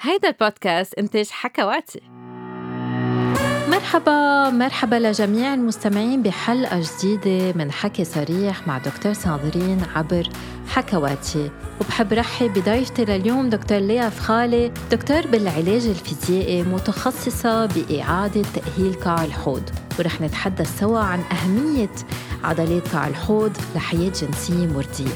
هيدا البودكاست إنتاج حكواتي. مرحبا لجميع المستمعين بحلقة جديدة من حكي صريح مع دكتور ساندرين عبر حكواتي. وبحب رحب بضيفتي لليوم دكتور ليا فخالي، دكتور بالعلاج الفيزيائي متخصصة بإعادة تأهيل قاع الحوض، ورح نتحدث سوا عن أهمية عضلات قاع الحوض لحياة جنسية مرضية.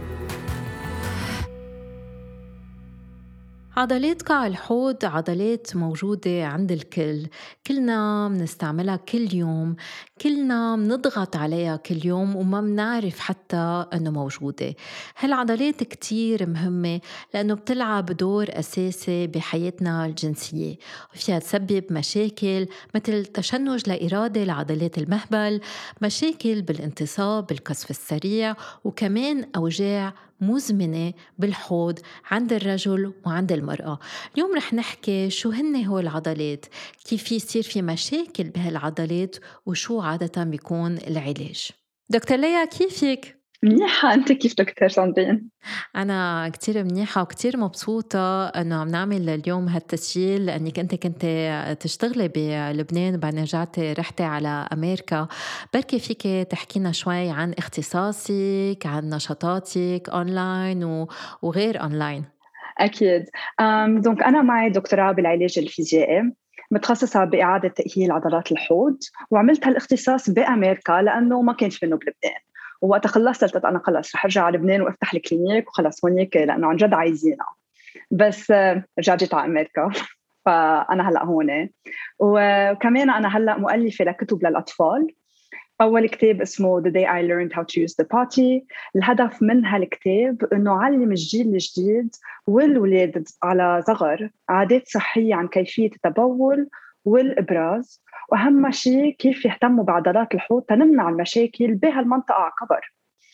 عضلات قاع الحوض عضلات موجودة عند الكل، كلنا منستعملها كل يوم، كلنا منضغط عليها كل يوم وما منعرف حتى أنه موجودة. هالعضلات كتير مهمة لأنه بتلعب دور أساسي بحياتنا الجنسية، وفيها تسبب مشاكل مثل تشنج لا إرادي لعضلات المهبل، مشاكل بالانتصاب بالقذف السريع، وكمان أوجاع مزمنة بالحوض عند الرجل وعند المرأة. اليوم رح نحكي شو هن هو العضلات، كيف يصير في مشاكل بهالعضلات، وشو عادة بيكون العلاج. دكتور ليا كيفك؟ منيحة. أنت كيف دكتور ساندرين؟ أنا كتير منيحة وكتير مبسوطة أنه عم نعمل اليوم هالتسجيل، لأنك أنت كنت تشتغلي بلبنان وبعدين رحتي على أمريكا. بركي فيك تحكينا شوي عن اختصاصك، عن نشاطاتك أونلاين وغير أونلاين. أكيد. دونك أنا معي دكتوراه بالعلاج الفيزيائي، متخصصة بإعادة تأهيل عضلات الحوض، وعملت هالاختصاص بأمريكا لأنه ما كان في منه بلبنان. ووقت خلصت قلت أنا خلص رح أرجع على لبنان وأفتح الكلينيك وخلص هونيك، لأنه عن جد عايزينها. بس رجعت جيت على أمريكا فأنا هلأ هون. وكمان أنا هلأ مؤلفة لكتب للأطفال. أول كتاب اسمه The Day I Learned How to Use the Potty. الهدف من هالكتاب إنه علم الجيل الجديد والولاد على صغر عادات صحية عن كيفية التبول والإبراز، وأهم شيء كيف يهتموا بعضلات الحوض تنمنع المشاكل بهالمنطقة على كبر.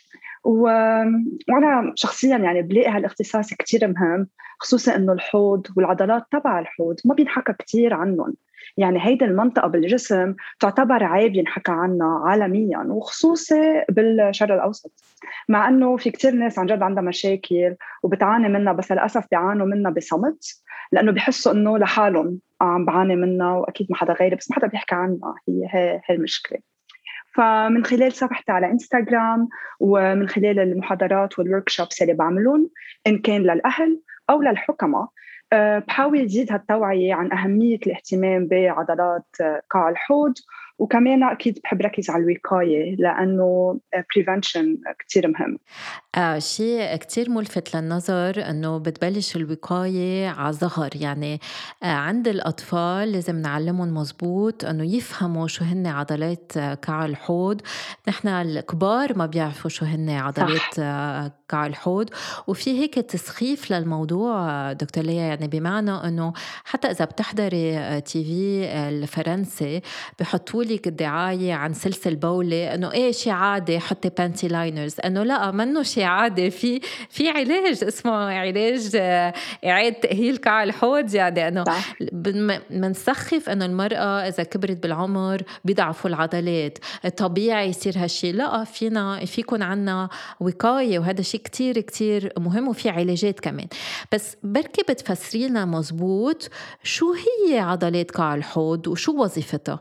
وأنا شخصياً يعني بلاقي هالاختصاص كتير مهم، خصوصاً إنه الحوض والعضلات تبع الحوض ما بينحكى كتير عنهم. يعني هيدا المنطقة بالجسم تعتبر عيب ينحكى عنها عالمياً، وخصوصي بالشرق الأوسط، مع إنه في كتير ناس عن جد عندها مشاكل وبتعاني منها، بس للأسف بيعانوا منها بصمت، لأنه بيحسوا إنه لحالهم عم بعاني منها وأكيد ما حدا غيري، بس ما حدا بيحكي عنها. هي المشكلة. فمن خلال صفحتي على انستغرام ومن خلال المحاضرات والوركشوبس اللي بعملهم، إن كان للأهل أو للحكمة، بحاول زيد هالتوعية عن أهمية الاهتمام بعضلات قاع الحوض. وكمان أكيد بحب ركز على الوقاية لأنه prevention كتير مهم. شيء كتير ملفت للنظر أنه بتبلش الوقاية على صغر، يعني عند الأطفال لازم نعلمهم مزبوط أنه يفهموا شو هن عضلات قاع الحوض. نحن الكبار ما بيعرفوا شو هن عضلات صح. قاع الحوض، وفي هيك تسخيف للموضوع دكتور ليا، يعني بمعنى أنه حتى إذا بتحضري تي في الفرنسي بحطوا لك الدعاية عن سلسل بولي أنه إيه شي عادي حطي بانتي لاينرز، أنه لا منه شي عادي، في علاج اسمه علاج إعادة تأهيل قاع الحوض. يعني أنه صح. منسخف أنه المرأة إذا كبرت بالعمر بيضعفوا العضلات، طبيعي يصير هالشي. لا، فيكون عنا وقاية، وهذا شيء كتير كتير مهم، وفي علاجات كمان. بس بركي بتفسري لنا مزبوط شو هي عضلات قاع الحوض وشو وظيفتها؟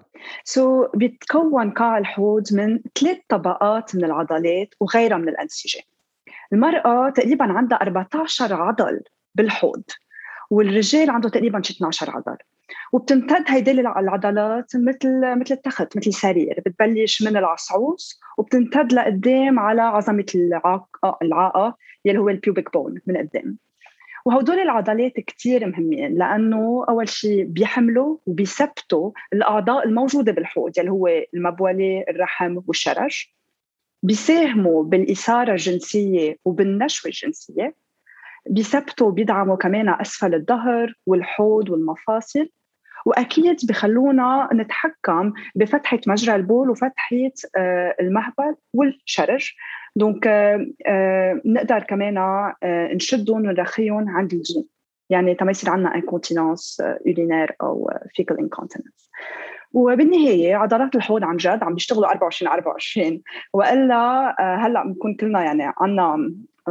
بيتكون قاع الحوض من 3 طبقات من العضلات وغيرها من الأنسجة. المرأة تقريباً عندها 14 عضل بالحوض، والرجال عنده تقريباً 12 عضل. وبتمتد هيدي العضلات مثل التخت، مثل سرير، بتبلش من العصعوص وبتمتد لقدام على عظمة العاقة يلي هو البيوبيك بون من قدام. وهدول العضلات كتير مهمين لأنه أول شيء بيحملوا وبيثبتوا الأعضاء الموجودة بالحوض يلي هو المبولة، الرحم والشرج. بيساهموا بالإثارة الجنسية وبالنشوة الجنسية. بيثبتوا بيدعموا كمان أسفل الظهر والحوض والمفاصل. وأكيد بخلونا نتحكم بفتحة مجرى البول وفتحة المهبل والشرج. دونك نقدر كمان نشدهم ونرخيهم عند الجين، يعني تما يصير عنا انكونتينانس يورينير أو فيكال انكونتينانس. وبالنهاية عضلات الحوض عن جد عم بيشتغلوا 24/24، وإلا هلأ بنكون كلنا يعني عنا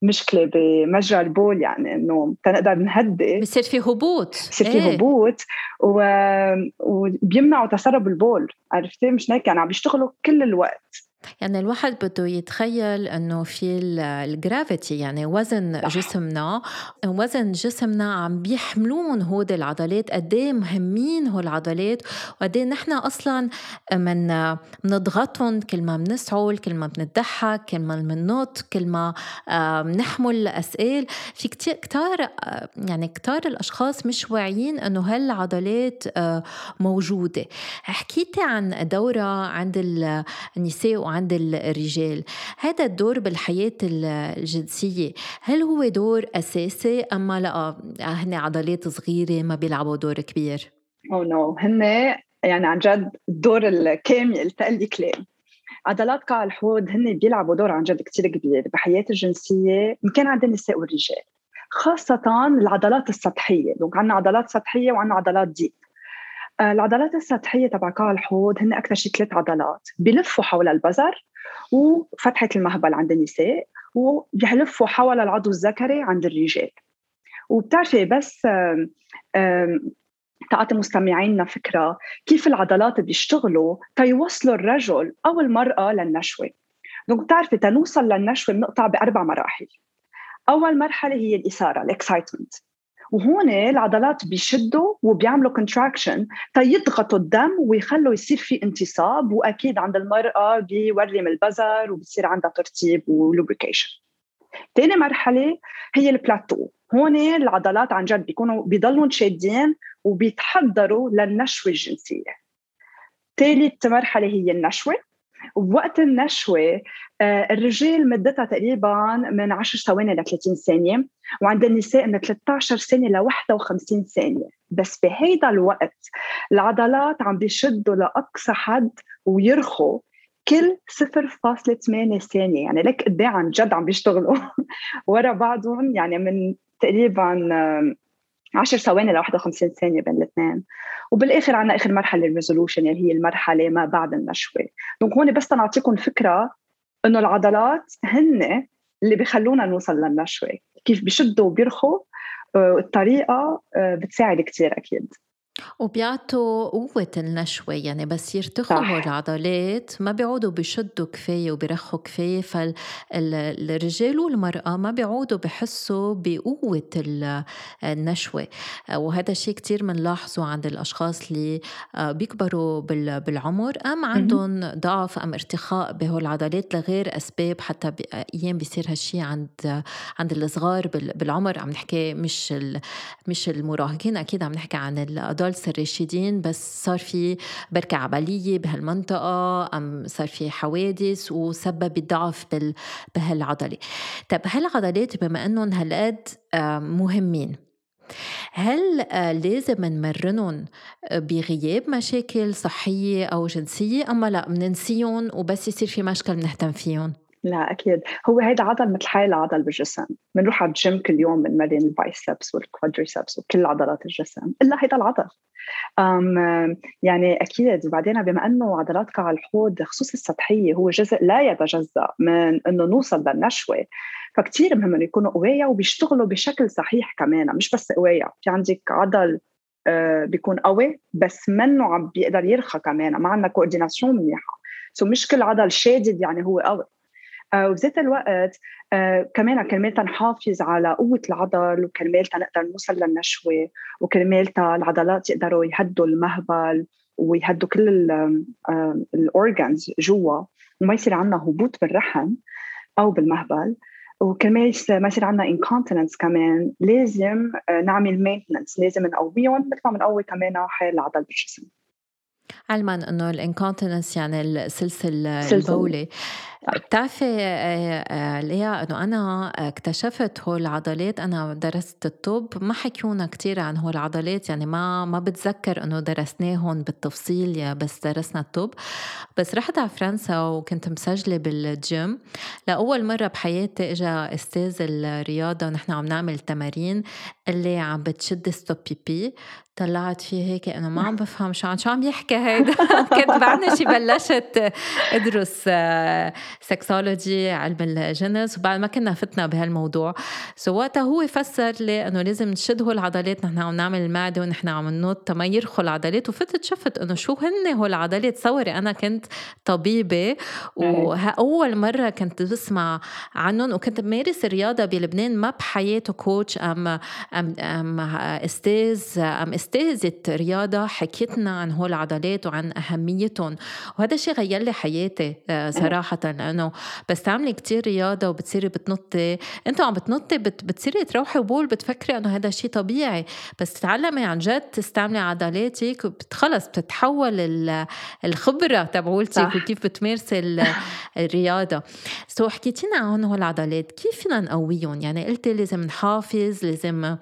مشكلة بمجرى البول، يعني إنه تنقدر نهدي بصير في هبوط. بصير في هبوط وبيمنعوا تسرب البول. عرفتي؟ مش هيك يعني عم بيشتغلوا كل الوقت. يعني الواحد بده يتخيل انه في الجرافيتي، يعني وزن صح. جسمنا عم بيحملون هود العضلات. قد ايه مهمين هول العضلات، وقد ايه نحن اصلا منضغطهم كل ما بنسعل، كل ما بنضحك، كل ما بننط، كل ما بنحمل اسئله. في كتار يعني كتار الاشخاص مش واعيين انه هالعضلات موجوده. حكيتي عن دوره عند النساء وعند الرجال. هذا الدور بالحياة الجنسية هل هو دور أساسي أما لا هن عضلات صغيرة ما بيلعبوا دور كبير؟ أو نو، هن يعني عن جد الدور الكامل تقلي كلام. عضلات قاع الحوض هن بيلعبوا دور عن جد كتير كبير بحياة الجنسية، إن كان عند النساء والرجال، خاصة العضلات السطحية. دونك عندنا عضلات سطحية وعندنا عضلات ديب. العضلات السطحية تبع قاع الحوض هن أكثر شيء 3 عضلات بيلفوا حول البزر وفتحة المهبل عند النساء، وبيلفوا حول العضو الذكري عند الرجال. وبتعرفي بس تعطي مستمعينا فكرة كيف العضلات بيشتغلوا تيوصلوا الرجل أو المرأة للنشوة. دونك بتعرفي تنوصل للنشوة بنقطع ب4 مراحل. أول مرحلة هي الإثارة، الإكسايتمنت، وهون العضلات بيشدوا وبيعملوا كونتراكشن تيضغطوا الدم ويخلوا يصير في انتصاب، واكيد عند المراه بيورم البزر وبصير عندها ترطيب ولوبريكيشن. ثاني مرحله هي البلاتو، هون العضلات عن جد بيضلوا شادين وبيتحضروا للنشوه الجنسيه. ثالث مرحله هي النشوه. ووقت النشوة الرجال مدتها تقريبا من 10 ثواني ل 30 ثانية، وعند النساء من 13 ثانية ل 51 ثانية. بس بهيدا الوقت العضلات عم بيشدوا لأقصى حد ويرخوا كل 0.8 ثانية. يعني لك قد ايه عن جد عم بيشتغلوا ورا بعضهم، يعني من تقريبا 10 ثواني ل 51 ثانية بين الاثنين. وبالاخر عنا اخر مرحله الريزولوشن، اللي هي المرحله ما بعد النشوه. دونك هون بس نعطيكم فكره انه العضلات هن اللي بيخلونا نوصل للنشوه، كيف بيشدوا وبيرخوا. الطريقه بتساعد كتير اكيد. وبيعطوا قوة النشوة، يعني بس يرتخوا هول العضلات ما بيعودوا بيشدوا كفاية وبيرخوا كفاية، فالرجال والمرأة ما بيعودوا بحسوا بقوة النشوة. وهذا الشيء كتير منلاحظه عند الأشخاص اللي بيكبروا بالعمر، أم عندهم ضعف أم ارتخاء بهول العضلات لغير أسباب. حتى أيام بيصير هالشي عند الصغار بالعمر، عم نحكي مش المراهقين، أكيد عم نحكي عن الأدلتس الراشدين، بس صار في بركة عملية بهالمنطقة أم صار في حوادث وسبب الضعف بهالعضلة. طب هالعضلات بما أنهم هالقد مهمين، هل لازم نمرنهم بغياب مشاكل صحية أو جنسية، أما لا مننسيهم وبس يصير في مشكل نهتم فيهم؟ لا أكيد، هو هيدا عضل مثل حي العضل بالجسم. بنروح على الجيم كل يوم بنمرن البايسبس والكوادريسبس وكل عضلات الجسم إلا هيدا العضل. يعني أكيد. وبعدين بما أنه عضلات قاع الحوض خصوصا السطحية هو جزء لا يتجزأ من أنه نوصل للنشوة، فكتير مهم أنه يكونوا قوية وبيشتغلوا بشكل صحيح كمان. مش بس قوية، في عندك عضل بيكون قوي بس منه عم بيقدر يرخى كمان، ما عندنا كورديناسيون منيحة. مش كل عضل شادد يعني هو قوي. وبذات الوقت كمان كرمالتا نحافظ على قوة العضل، وكرمالتا نقدر نوصل للنشوة، وكرمالتا العضلات يقدروا يهدوا المهبل ويهدوا كل الأورجانز جوا، وما يصير عنا هبوط بالرحم أو بالمهبل. وكمان ما يصير عنا incontinence كمان، لازم نعمل maintenance، لازم نقويهم مثل ما بنقوي كمان حال العضل بالجسم. علما أنه الانكونتيننس يعني السلسل البولي. بتعرفي ليا أنه أنا اكتشفت هول العضلات، أنا درست الطب، ما حكيونا كتير عن هول العضلات، يعني ما بتذكر أنه درسناهم بالتفصيل بس درسنا الطب. بس رحت على فرنسا وكنت مسجلة بالجيم لأول مرة بحياتي. إجا أستاذ الرياضة ونحن عم نعمل تمارين اللي عم بتشد ستوب بيبي. طلعت فيه هيك أنا ما عم بفهم شو عم يحكي هيدا. كنت بعدني شي بلشت أدرس سكسولوجي علم الجنس، وبعد ما كنا فتنا بهالموضوع وقتها هو فسر لي انه لازم نشد هول العضلات، نحن عم نعمل المعده ونحن عم ننط ما يرخوا العضلات. وفتت شفت انه شو هن هول العضلات. تصوري انا كنت طبيبه واول مره كنت بسمع عنهم، وكنت بمارس الرياضه بلبنان، ما بحياته كوتش ام استاذه رياضه حكيتنا عن هول العضلات وعن اهميتهم. وهذا الشيء غير لي حياتي صراحه، لانه بس تعملي كتير رياضه وبتصيري بتنطي، انت عم بتنطي بتصيري تروحي وبول بتفكري انه هذا شيء طبيعي، بس تتعلمي عن جد تستعملي عضلاتك خلص بتتحول الخبره تبعولتك وكيف بتمارسي الرياضه. حكيتينا عن هول العضلات، كيف فينا نقويهم؟ يعني قلتي لازم نحافظ، لازم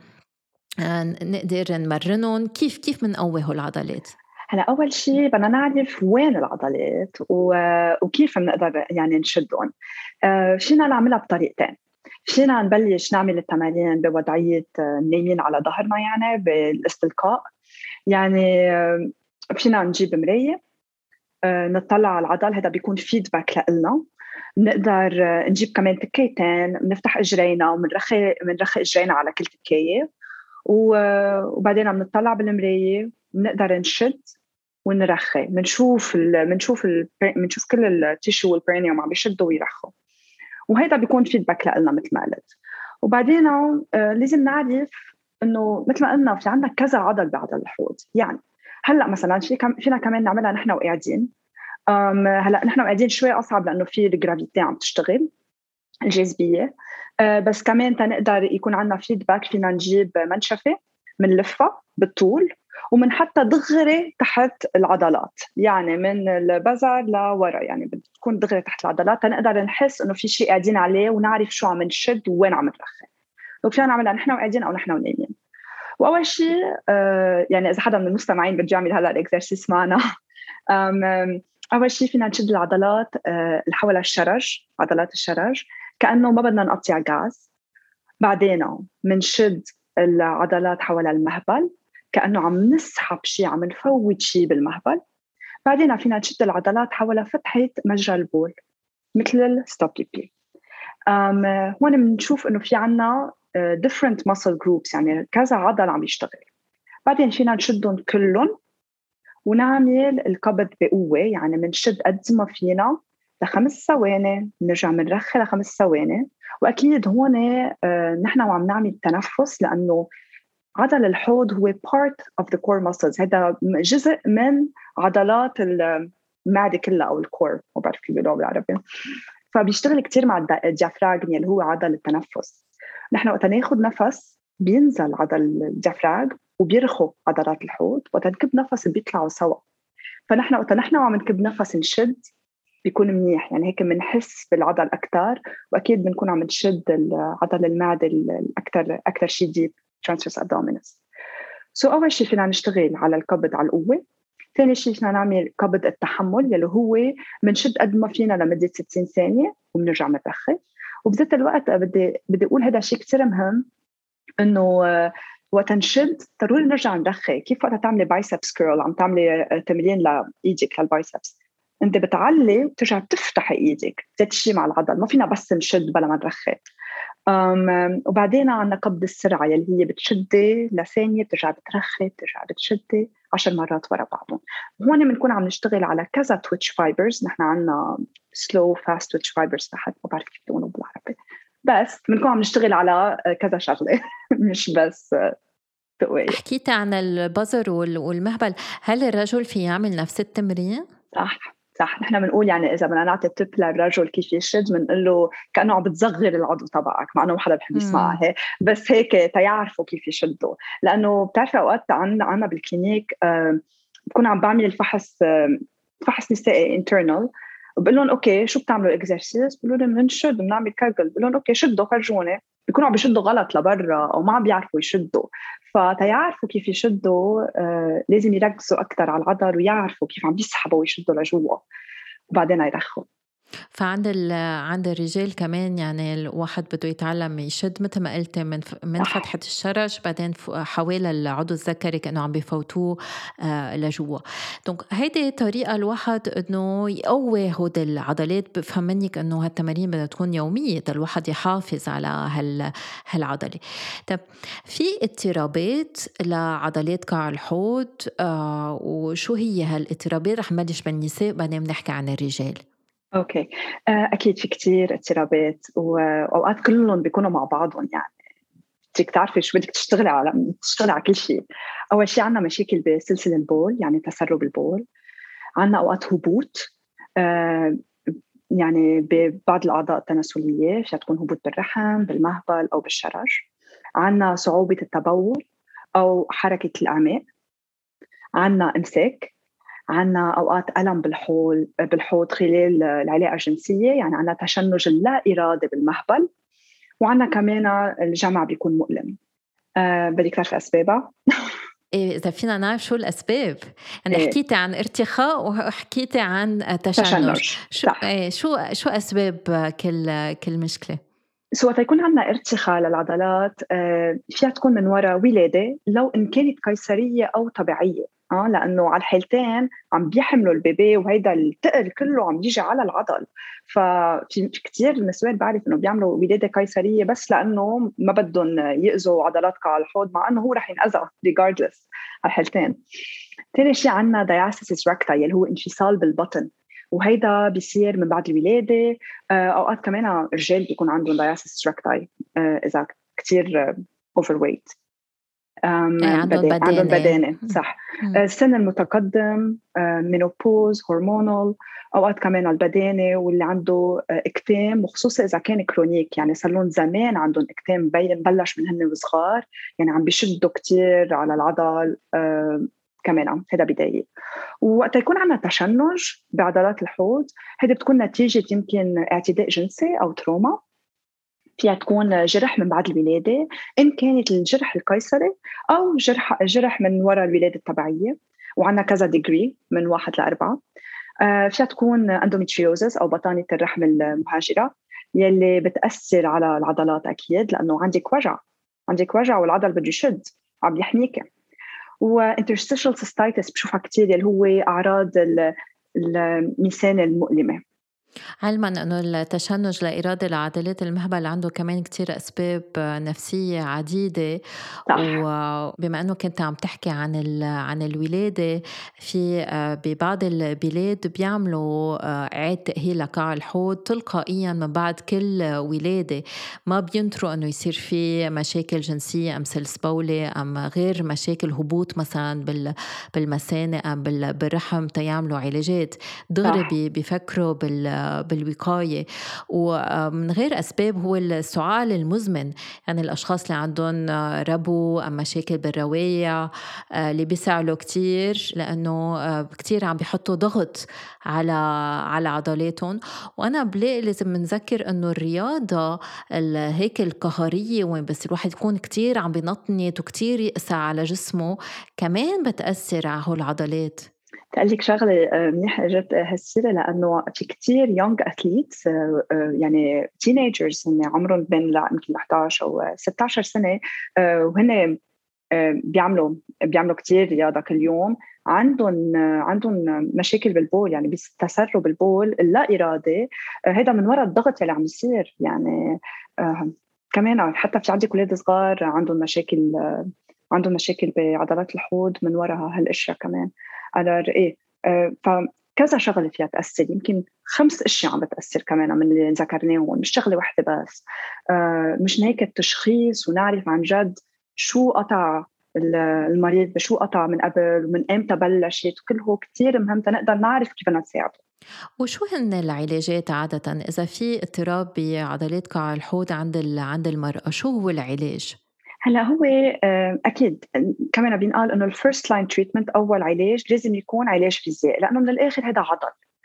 نقدر نمرنهم، كيف منقوي هول العضلات؟ هلا أول شيء بدنا نعرف وين العضلات وكيف بنقدر يعني نشدهم. فينا نعملها بطريقتين. فينا نبلش نعمل التمارين بوضعية نايمين على ظهرنا، يعني بالاستلقاء. يعني فينا نجيب مراية، نطلع على العضل، هذا بيكون فيدباك لنا. بنقدر نجيب كمان تكيتين، بنفتح اجرينا وبنرخي اجرينا على كل تكايه، وبعدين بنطلع بالمرايه، بنقدر نشد ونرخي، بنشوف كل التيشو والبرينيوم عم بيشدوا ويرخوا، وهذا بيكون فيدباك لنا مثل ما قلت. وبعدين لازم نعرف انه مثل ما قلنا في عندنا كذا عضل بعضل الحوض. يعني هلا مثلا فينا كمان نعملها نحن وقاعدين. هلا نحن قاعدين شوي اصعب لانه في الجرافيتي عم تشتغل، الجاذبيه. بس كمان تنقدر يكون عندنا فيدباك، فينا نجيب منشفه منلفها بالطول ومنحطها دغري تحت العضلات، يعني من البزر لورا، يعني بتكون دغري تحت العضلات، تنقدر نحس انه في شيء قاعدين عليه ونعرف شو عم نشد وين عم نرخي. فينا نعملها نحن وقاعدين او نحن ونايمين. واول شيء يعني اذا حدا من المستمعين بده يعمل هلا الاكسرسيس معنا، اول شيء فينا نشد العضلات اللي حول الشرج، عضلات الشرج، كانه ما بدنا نقطع غاز. بعدين منشد العضلات حول المهبل، كانه عم نسحب شيء، عم نفوت شيء بالمهبل. بعدين فينا نشد العضلات حول فتحه مجرى البول مثل الستوب بيبي. هون بنشوف انه في عنا different muscle groups، يعني كذا عضل عم يشتغل. بعدين فينا نشدهم كلهم ونعمل القبض بقوة، يعني منشد قد ما فينا ل5 ثواني، نرجع منرخي ل5 ثواني. وأكيد هون نحن وعم نعمل تنفس، لأنه عضل الحوض هو part of the core muscles، هذا جزء من عضلات المعدة كلها أو الكور، ما بعرف كيف بيقولوا بالعربي. فبيشتغل كتير مع الديافراغم اللي هو عضل التنفس. نحن وقت ناخد نفس بينزل عضل الديافراغم وبيرخوا عضلات الحوض، وقت نكب نفس بيطلعوا سوا. فنحن وقت نحن عم نكب نفس نشد بيكون منيح، يعني هيك بنحس بالعضل أكتر. وأكيد بنكون عم نشد عضل المعدة أكتر شيء ديب، transverse abdominis. أول شيء فينا نشتغل على القبض على القوة. ثاني شيء فينا نعمل قبض التحمل، يلي هو منشد قد ما فينا لمدة 60 ثانية وبنرجع نرخي. وبذات الوقت بدي أقول هذا شيء كتير مهم، إنه وقت نشد ضروري نرجع نرخي. كيف وقت تعملي بايسبس كيرل، عم تعملي تمرين لإيدك للبايسبس، انت بتعلي وترجع تفتحي ايدك، ذات الشيء مع العضل، ما فينا بس نشد بلا ما نرخي. وبعدين عندنا قبض السرعه، يلي هي بتشدي لثانيه بترجع بترخي، بترجع بتشدي 10 مرات ورا بعضهم. هون بنكون عم نشتغل على كذا تويتش فايبرز. نحن عندنا سلو فاست تويتش فايبرز تحت، ما بعرف كيف بيقولوا بالعربي، بس بنكون عم نشتغل على كذا شغله مش بس تقويه. حكيت عن البزر والمهبل، هل الرجل في يعمل نفس التمرين؟ صح، نحن بنقول يعني اذا بدنا نعطي تip للرجل كيف يشد، بنقول له كانه عم بتصغر العضو تبعك، مع انه ما حدا بحب يسمعها هي، بس هيك تيعرفوا كيف يشدوا. لانه بتعرفي اوقات عنا بالكلينيك بكون عم بعمل الفحص، فحص نسائي internal، وبقول لهم اوكي شو بتعملوا اكزرسيس، بقولوا لي بنشد بنعمل كاجل، بقول لهم اوكي شدوا فرجوني، بيكونوا عم بيشدوا غلط لبرا او ما عم بيعرفوا يشدوا. فتيعرفوا كيف يشدوا لازم يركزوا اكثر على العضل ويعرفوا كيف عم بيسحبوا ويشدوا لجوا وبعدين يرخوا. فعند عند الرجال كمان يعني الواحد بده يتعلم يشد مثل ما قلتي من صح. فتحة الشرج، بعدين حوالي العضو الذكري كأنه عم بفوتوه لجوا. دونك هيدي طريقة الواحد إنه يقوي هود العضلات. بفهم منك إنه هالتمارين بدها تكون يومية الواحد يحافظ على هالعضلة. طب في اضطرابات لعضلات كاع الحوض وشو هي هالاضطرابات؟ رح نبلش بالنساء بعدين بنحكي عن الرجال. أوكي. أكيد في كتير اضطرابات وأوقات كلّن بيكونوا مع بعضهم يعني، بدِك تعرفي شو بدِك تشتغلي على كل شي. أول شي عندنا مشاكل بسلسلة البول، يعني تسرُّب البول، عندنا أوقات هبوط آآ يعني ببعض الأعضاء التناسلية، فيها تكون هبوط بالرحم، بالمهبل أو بالشرج. عندنا صعوبة التبول أو حركة الأعماق، عندنا إمساك، عندنا أوقات ألم بالحوض خلال العلاقة الجنسية، يعني عندنا تشنُّج اللا إرادي بالمهبل، وعندنا كمان الجمع بيكون مؤلم. بدِك تعرفي أسبابها؟ إيه إذا فينا نعرف شو الأسباب؟ يعني إيه، حكيتي عن ارتخاء وحكيتي عن تشنج، تشنُّج، شو صح. إيه شو أسباب كل مشكلة؟ وقت يكون عندنا ارتخاء للعضلات فيها تكون من وراء ولادة لو إن كانت قيصرية أو طبيعية. لأنه على الحالتين عم بيحملوا البيبي وهيدا الثقل كله عم يجي على العضل. ففي كتير نسوان بعرف إنه بيعملوا ولادة قيصرية بس لأنه ما بدهم يأذوا عضلات على الحوض، مع إنه هو رح ينأذى regardless على الحالتين. تاني شيء عندنا diastasis recti اللي هو انفصال بالبطن، وهيدا بيصير من بعد الولادة. أوقات كمان رجال بيكون عندهم diastasis recti إذا كتير overweight. إيه عندهم عندهم بدانة. بدانة، صح. مم. السن المتقدم، menopause هرمونال. أوقات كمان البدانة واللي عنده إكتام، وخصوصا إذا كان كرونيك، يعني صار لهم زمان عندهم إكتام بلش من هن وصغار، يعني عم بيشدوا كتير على العضل. كمان هذا بضايق. ووقت يكون عندنا تشنج بعضلات الحوض، هذه بتكون نتيجة يمكن اعتداء جنسي أو تروما. فيها تكون جرح من بعد الولادة إن كانت الجرح القيصري، أو جرح من وراء الولادة الطبيعية، وعندنا كذا ديجري من 1 ل4. فيها تكون اندوميتريوزس أو بطانة الرحم المهاجرة، يلي بتأثر على العضلات أكيد، لأنه عندك وجع والعضل بده يشد، عم يحميك. وانترستيشال سيستايتس بشوفها كتير، اللي هو أعراض المثانة المؤلمة. علما أنه التشنج لا إرادي لعضلات المهبل عنده كمان كتير أسباب نفسية عديدة. صح. وبما أنه كنت عم تحكي عن الولادة، في ببعض البلاد بيعملوا إعادة تأهيل لقاع الحوض تلقائيا من بعد كل ولادة. ما بينطروا أنه يصير في مشاكل جنسية أم سلس بولي أم غير مشاكل هبوط مثلا بالمثانة أم بالرحم تيعملوا علاجات. دغري صح. بيفكروا بالوقاية ومن غير أسباب. هو السعال المزمن، يعني الأشخاص اللي عندهم ربو أو مشاكل بالرواية اللي بيسعلوا كتير، لأنه كتير عم بيحطوا ضغط على عضلاتهم. وأنا بلاقي لازم نذكر أنه الرياضة هيك القهرية، وين بس الواحد يكون كتير عم بينطنت وكتير يقسى على جسمه، كمان بتأثر على هول العضلات. قال لك شغله منيح اجت هالسيره، لانه في كتير يونج اثليتس، يعني تينيجرز هن عمرهم بين يمكن 11 او 16 سنه، وهن بيعملوا كتير رياضه كل يوم. عندهم مشاكل بالبول، يعني تسرب البول اللا ارادي. هذا من وراء الضغط اللي عم يصير يعني. آه، كمان حتى في عندي اولاد صغار عندهم مشاكل بعضلات الحوض من وراء هالاشياء كمان. على ايه. فكذا شغله فيها تاثر، يمكن 5 اشياء عم بتاثر كمان من اللي ذكرناهم، مش شغله واحده بس. مش هيك التشخيص ونعرف عن جد شو قطع المريض، بشو قطع من قبل ومن امتى بلشت، كله كتير مهم تنقدر نعرف كيف بدنا نساعده. وشو هن العلاجات عادة إذا في اضطراب بعضلات قاع الحوض عند المرأة؟ شو هو العلاج؟ هلا هو اكيد كمان بينقال انه الفيرست لاين تريتمنت، اول علاج لازم يكون علاج فيزيائي، لانه من الاخر هذا عضل.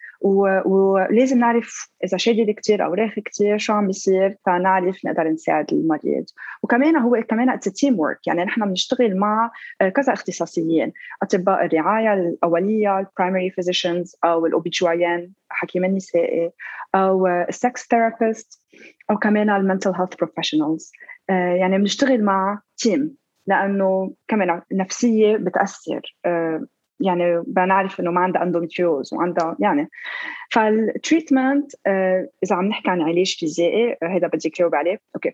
ولازم نعرف اذا شادد كتير او راخي كتير شو عم بيصير، فنعرف نقدر نساعد المريض. وكمان هو كمان اتس تيم ورك، يعني نحن بنشتغل مع كذا اختصاصيين: اطباء الرعايه الاوليه البرايمري فيزيشنز او الاوبيجوايان، حكيم النسائي أو السكس ثيرابيست أو كمان المنتل هيلث بروفيشنالز. يعني بنشتغل مع تيم لأنه كمان النفسية بتأثر. يعني بنعرف إنه ما عندها اندوميتريوز وعندها يعني. فالتريتمنت إذا عم نحكي عن علاج فيزيائي هذا بدي جاوب عليه. أوكي.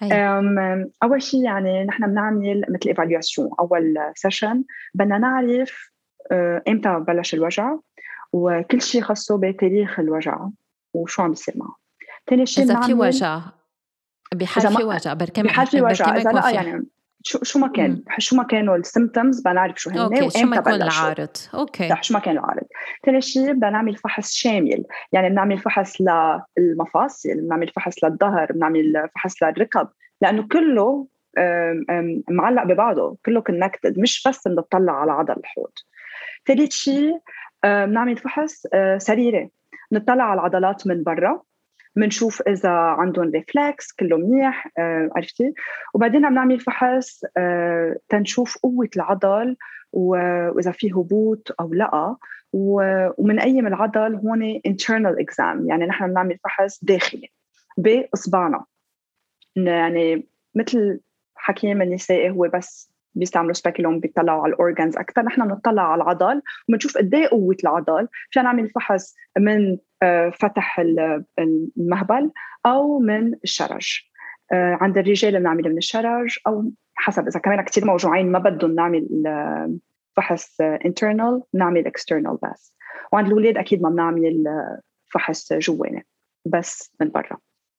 أول شيء يعني نحن بنعمل مثل إيفالواسيون. أول سيشن بدنا نعرف إمتى بلش الوجع وكل شيء خاصه بتاريخ الوجع وشو عم بيصير معه. ثاني شيء إذا في بنعمل وجع، بحال في وجع بركي بحال في وجع ما إذا يكون لا في. يعني شو ما كان شو ما كانوا السيمبتومز بنعرف شو هن اوكي، شو ما وامتى يكون بلشوا. العارض. اوكي. صح، شو ما كان العارض. ثاني شيء بدنا نعمل فحص شامل، يعني بنعمل فحص للمفاصل، بنعمل فحص للظهر، بنعمل فحص للركب، لانه كله معلق ببعضه، كله كونكتد، مش بس بنطلع على عضل الحوض. ثالث شيء بنعمل فحص سريري، نطلع على العضلات من برا، منشوف إذا عندهم ريفلكس كله منيح، عرفتي. وبعدين عم نعمل فحص تنشوف قوة العضل وإذا في هبوط أو لا، ومن أي من العضل هون internal exam، يعني نحن بنعمل فحص داخلي بإصبعنا. يعني مثل حكيم النسائي هو بس بيستعملوا سبيكولوم بيطلعوا على الأورجانز أكثر، نحن بنطلع على العضل وبنشوف قد ايه قوة العضل. فينا نعمل فحص من فتح المهبل أو من الشرج. عند الرجال بنعمل من الشرج، أو حسب إذا كمان كتير موجوعين ما بدهم نعمل فحص internal نعمل external بس. وعند الأولاد أكيد ما بنعمل فحص جواني، بس من برا.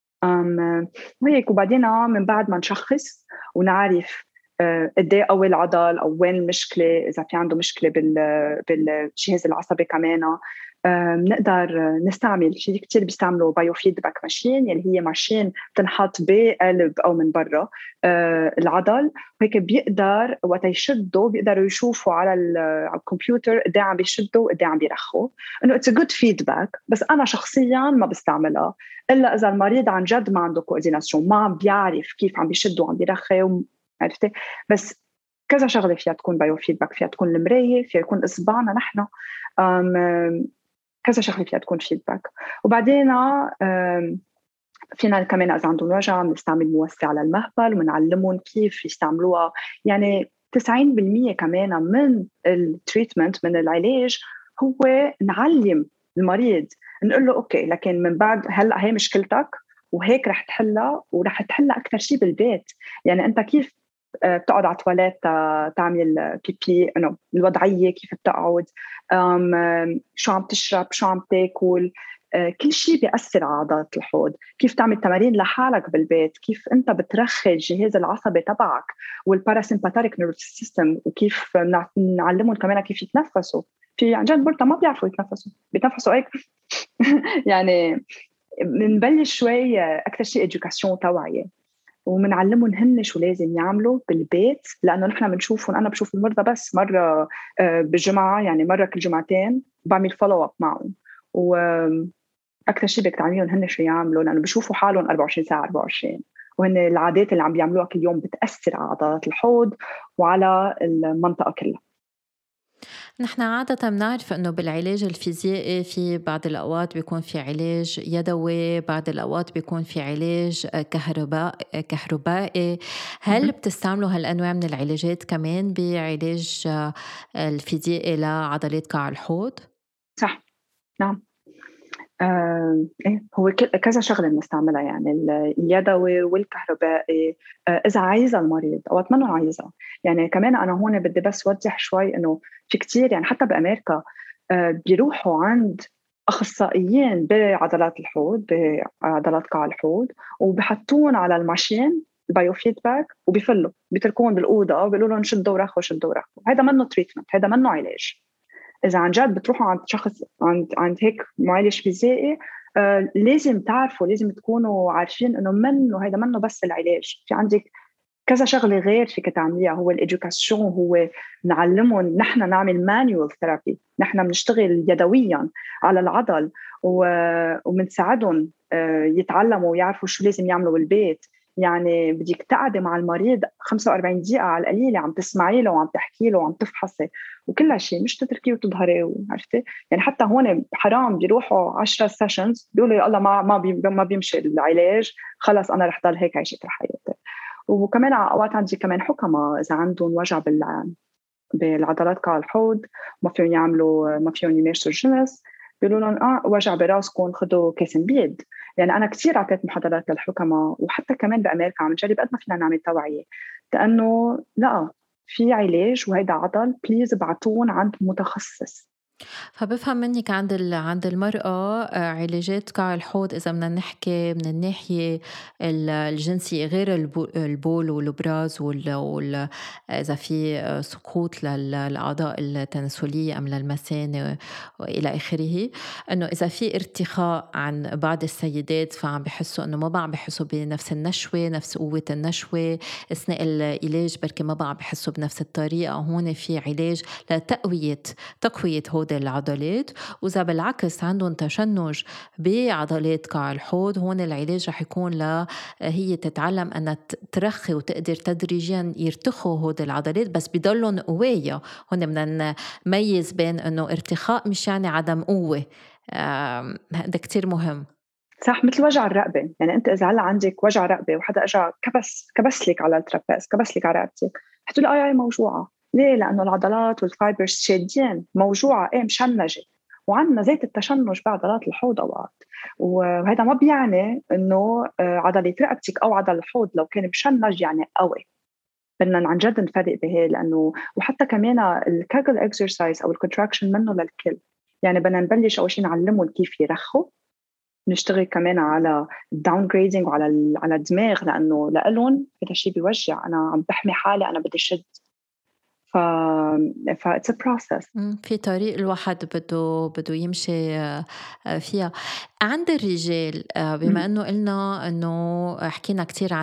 وهيك. وبعدين من بعد ما نشخص ونعرف قد ايه قوي العضل او وين المشكله، اذا في عنده مشكله بالجهاز العصبي كمان، بنقدر نستعمل شيء كتير بيستعملوا بايو فيدباك ماشين، اللي هي ماشين بتنحط بقلب او من برا العضل، وهيك بيقدر وقت يشدوا بيقدروا يشوفوا على الكمبيوتر قد ايه عم بيشدوا وقد ايه عم بيرخوا. انه اتس جود فيدباك، بس انا شخصيا ما بستعملها الا اذا المريض عن جد ما عنده كورديناسيون، ما عم بيعرف كيف عم بيشد وعم بيرخي، عرفتي. بس كذا شغله فيها تكون بايو فيدباك، فيها تكون المرايه، فيها يكون اصبعنا نحن، كذا شغله فيها تكون فيدباك. وبعدين فينا كمان اذا عندهم وجع بنستعمل موسع على المهبل وبنعلمهم كيف يستعملوها. يعني 90% كمان من التريتمنت، من العلاج، هو نعلم المريض، نقول له اوكي لكن من بعد هلا هي مشكلتك وهيك رح تحلها، ورح تحلها اكثر شيء بالبيت. يعني انت كيف بتقعد على التواليت تعمل بيبي، انه الوضعيه كيف بتقعد، شو عم تشرب، شو عم تاكل، كل شيء بيأثر على عضلات الحوض. كيف تعمل تمارين لحالك بالبيت، كيف انت بترخي الجهاز العصبي تبعك والباراسيمباتيك نيرفس سيستم، وكيف نعلمهم كمان كيف يتنفسوا. في عن جد مرضى ما بيعرفوا بيتنفسوا هيك يعني بنبلش شوي اكثر شيء education توعيه، ومنعلمهم هن شو لازم يعملوا بالبيت، لانه نحن بنشوفهم، انا بشوف المرضى بس مره بالجمعه، يعني مره كل جمعتين بعمل فولو اب معهم، واكثر شيء بدك تعلميهم هن شو يعملوا، لانه بشوفوا حالهم 24 ساعه 24، وهن العادات اللي عم بيعملوها كل يوم بتاثر على عضلات الحوض وعلى المنطقه كلها. نحن عادة بنعرف إنه بالعلاج الفيزيائي في بعض الأوقات بيكون في علاج يدوي، بعض الأوقات بيكون في علاج كهربائي. هل بتستعملوا هالأنواع من العلاجات كمان بعلاج الفيزيائي لعضلات قاع الحوض؟ صح، نعم. إيه هو كذا شغلة بنستعملها، يعني اليدوي والكهربائي، إذا عايزة المريض أو أتمنى عايزة. يعني كمان أنا هون بدي بس وضح شوي إنه في كتير، يعني حتى بأمريكا بيروحوا عند أخصائيين بعضلات الحوض، بعضلات قاع الحوض، وبحطون على الماشين البايو فيدباك وبيفلوا بيتركون بالأوضة وبيقولوا لهم شدوا ورخوا شدوا ورخوا. هذا منه تريتمنت، هذا منه علاج. إذا عن جد بتروحوا عند شخص، عند هيك معالج فيزيائي، لازم تعرفوا، لازم تكونوا عارفين إنه منه، هذا منه بس العلاج، في عندك كذا شغلة غير فيك تعمليها. هو الإدوكاسيون، هو نعلمهم، نحن نعمل مانيوال ثيرابي، نحن بنشتغل يدويا على العضل ومنساعدهم يتعلموا ويعرفوا شو لازم يعملوا بالبيت، يعني بدك تقعدي مع المريض 45 دقيقة على القليلة عم تسمعي له وعم تحكي له وعم تفحصي وكل شيء، مش تتركيه وتظهري، عرفتي؟ يعني حتى هون حرام بيروحوا 10 سيشنز بيقولوا يا الله ما بيمشي العلاج، خلص أنا رح ضل هيك عيشة حياتي. وكمان اوقات عندي كمان حكمة اذا عندهم وجع بالعضلات قاع الحوض، ما فيهم يمارسوا الجنس، بيقولوا لهم وجع براسكم خذوا كاسن بيض. يعني انا كثير اعطيت محاضرات للحكمة، وحتى كمان بامريكا عم نجرب قد ما فينا نعمل توعية، لانه لا، في علاج وهيدا عضل، بليز ابعتون عند متخصص. فبفهم منك عند المرأة علاجات قاع الحوض إذا بدنا نحكي من الناحية الجنسية غير البول والبراز إذا في سقوط للأعضاء التناسلية أم للمثانة وإلى آخره، إنه إذا في ارتخاء عن بعض السيدات فعم بحسوا إنه ما بقى عم بحسوا بنفس النشوة، نفس قوة النشوة أثناء العلاج، بركي ما بقى عم بحسوا بنفس الطريقة، هون في علاج تقوية هودي العضلات. وإذا بالعكس عندهم تشنج بعضلات قاع الحوض، هون العلاج رح يكون هي تتعلم أنها ترخي وتقدر تدريجيا يرتخوا هودي العضلات، بس بضلهم قوية. هون بدنا نميز بين أنه ارتخاء مش يعني عدم قوة. هذا كتير مهم. صح، مثل وجع الرقبة، يعني أنت إذا هلا عندك وجع رقبة وحدا أجا كبس لك على الترابيز، كبس لك على رقبتك، حتقولي آي موجوعة. ليه؟ لأنه العضلات والفايبرز شادين، موجوعة، إيه مشنجة. وعندنا زيت التشنج بعضلات الحوض أوقات، وهذا ما بيعني إنه عضلة رقبتك أو عضل الحوض لو كان مشنج يعني قوي. بدنا عن جد نفرق بهي، لأنه وحتى كمان الكاجل اكسرسايز أو الكونتراكشن منه للكل. يعني بدنا نبلش أول شيء نعلمهم كيف يرخوا، نشتغل كمان على الداون جريدنج وعلى على الدماغ، لانه لهم هذا الشيء بيوجع، انا عم بحمي حالي، انا بدي شد. ف ف it's a process. في طريق الواحد بده يمشي فيها. عند الرجال بما إنه قلنا إنه حكينا كتير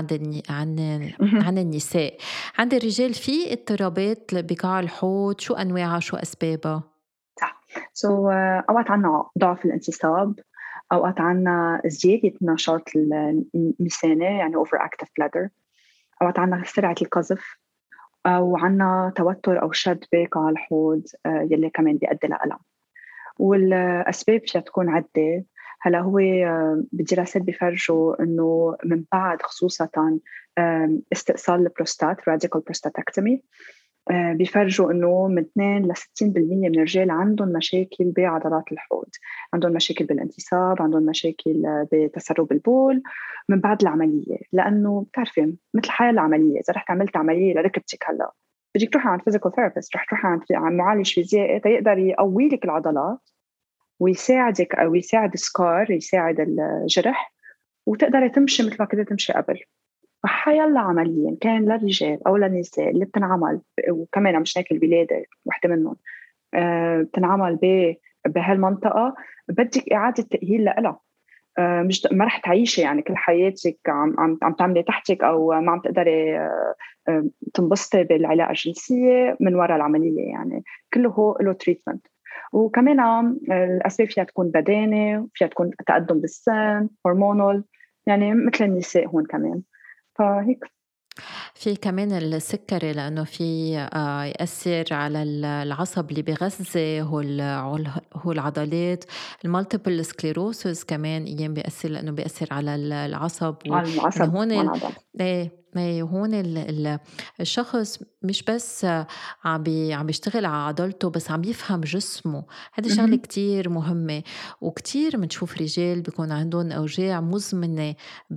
عن النساء، عند الرجال في اضطرابات بقاع الحوض، شو أنواعها شو أسبابها؟ صح. اوقات عنا ضعف الانتصاب، اوقات عنا زياده نشاط المثانه يعني اوفر اكتف بلادر، اوقات عنا سرعه القذف، او عنا توتر او شد بقاع الحوض يلي كمان بيؤدي لألم. والأسباب فيها تكون عدة. هلا هو بالدراسات بيفرجوا إنه من بعد خصوصا استئصال البروستات راديكال بروستاتكتومي، بيفرجوا إنه من 2 ل 60% من الرجال عندهم مشاكل بعضلات الحوض، عندهم مشاكل بالانتصاب، عندهم مشاكل بتسرب البول من بعد العملية. لأنه بتعرفي مثل حال العملية، إذا رحت عملت عملية لركبتك هلا، بدك تروحي عند فيزيكال ثيرابيست، رح تروحي عند معالج فيزيائي تيقدر يقوي لك العضلات ويساعدك أو يساعد السكار، يساعد الجرح، وتقدري تمشي مثل ما كنت تمشي قبل. فحيلا عمليا كان للرجال أو للنساء اللي بتنعمل، وكمان مش هيك الولادة وحدة منهم بتنعمل بهالمنطقة، بدك إعادة تأهيل لها. مش ما رح تعيشي يعني كل حياتك عم تعملي تحتك أو ما عم تقدري تنبسطي بالعلاقة الجنسية من وراء العملية. يعني كله له تريتمنت. وكمان الأسباب فيها تكون بدانة، فيها تكون تقدم بالسن، هرمونال، يعني مثل النساء هون كمان. فهيك. في كمان السكري لأنه في يأثر على العصب اللي بيغذي هو العضلات. المالتيبل سكليروسس كمان أيام بيأثر لأنه بيأثر على العصب على يعني العصب هون والعضل. إيه هون الشخص مش بس عم بيشتغل على عضلته، بس عم يفهم جسمه. هذه شغلة مهم. كتير مهمة. وكتير منشوف رجال بيكون عندهم أوجاع مزمنة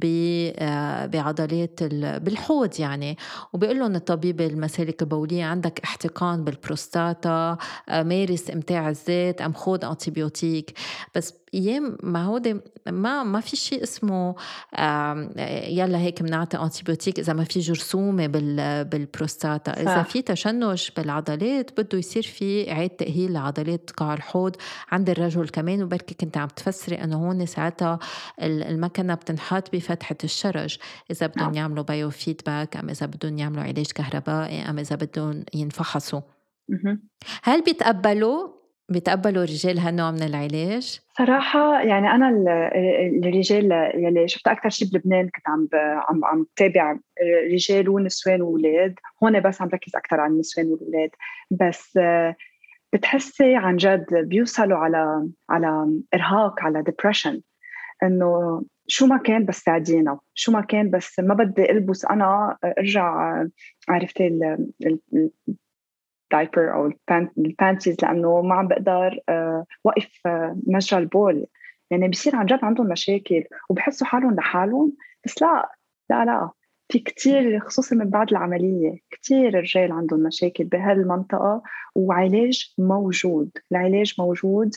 بعضلات بالحوض يعني، وبيقول لهم الطبيب المسالك البولية عندك احتقان بالبروستاتا، مارس امتاع الذات أم خود أنتيبيوتيك. بس أيام ما هودي ما في شيء اسمه يلا هيك بنعطي أنتيبيوتيك إذا ما في جرثومة بالبروستاتا. إذا صح. في تشنج بالعضلات بده يصير في إعادة تأهيل لعضلات قاع الحوض عند الرجل كمان. وبركي كنت عم تفسري إنه هون ساعتها المكنة بتنحط بفتحة الشرج إذا بدهم نعم. يعملوا بايو فيدباك أم إذا بدهم يعملوا علاج كهربائي أم إذا بدهم ينفحصوا. مهم. هل بيتقبلوا؟ بيتقبّلوا الرجال هالنوع من العلاج؟ صراحة يعني أنا الرجال يلي شُفتها أكتر شي بلبنان كنت عم تابع رجال ونسوان وولاد، هون بس عم ركّز أكتر على النسوان والولاد، بس بتحسّي عن جد بيوصلوا على إرهاق، على depression، إنه شو ما كان بس ساعدينا، شو ما كان بس ما بدي ألبس أنا أرجع عرفتِ ال diaper أو الpanties لإنه ما عم باقدر وقف مجرى البول، يعني بصير عن جد عندهم مشاكل وبحسّوا حالهم لحالهم، بس لأ، لا، لأ، في كتير خصوصي من بعد العملية، كتير رجال عندهم مشاكل بهالمنطقة وعلاج موجود، العلاج موجود.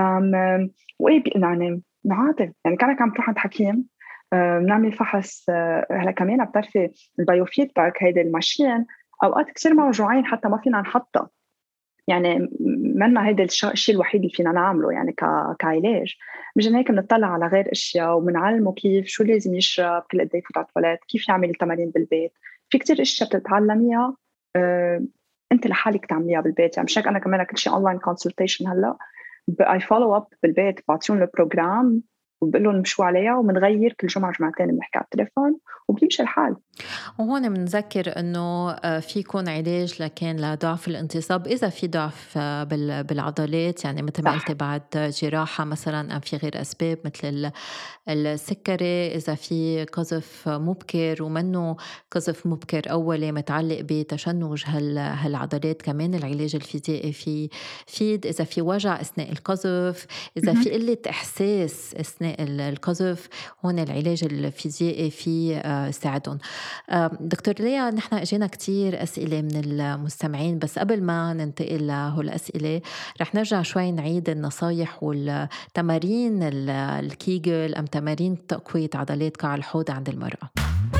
وإيه يعني عادي، يعني كأنك عم تروح عند حكيم بنعمل فحص هلأ كمان بتعرفي الbiofeedback هيدي الماشين أوقات كتير موجوعين حتى ما فينا نحطّها، يعني منا هيدا الشيء الوحيد اللي فينا نعمله يعني كعلاج، مشان هيك بنطلّع على غير أشياء وبنعلّمه كيف شو لازم يشرب، كل قد إيه يفوت على التواليت، كيف يعمل التمارين بالبيت، في كتير أشياء بتتعلّميها آآ أنتِ لحالِك تعمليها بالبيت، يعني مش هيك أنا كمان كل شي online consultation هلأ I follow up بالبيت، باعطيهم الprogram وباقول لهم امشوا عليها وبنغيّر كل جمعة جمعتين بنحكي على التليفون وبيمشي الحال. وهون بنذكر إنه في يكون علاج لكن لضعف الانتصاب إذا في ضعف بالعضلات، يعني مثل ما قلتي صح. بعد جراحة مثلا أم في غير أسباب مثل السكري، إذا في قذف مبكر ومنه قذف مبكر أولي متعلق بتشنج هالعضلات، كمان العلاج الفيزيائي في فيد. إذا في وجع أثناء القذف، إذا اهم. في قلة إحساس أثناء القذف، هون العلاج الفيزيائي في ساعدهم. دكتور ليا، نحن اجينا كتير أسئلة من المستمعين، بس قبل ما ننتقل لهالأسئلة رح نرجع شوي نعيد النصايح والتمارين الكيجل أم تمارين تقوية عضلات كعب الحوض عند المرأة.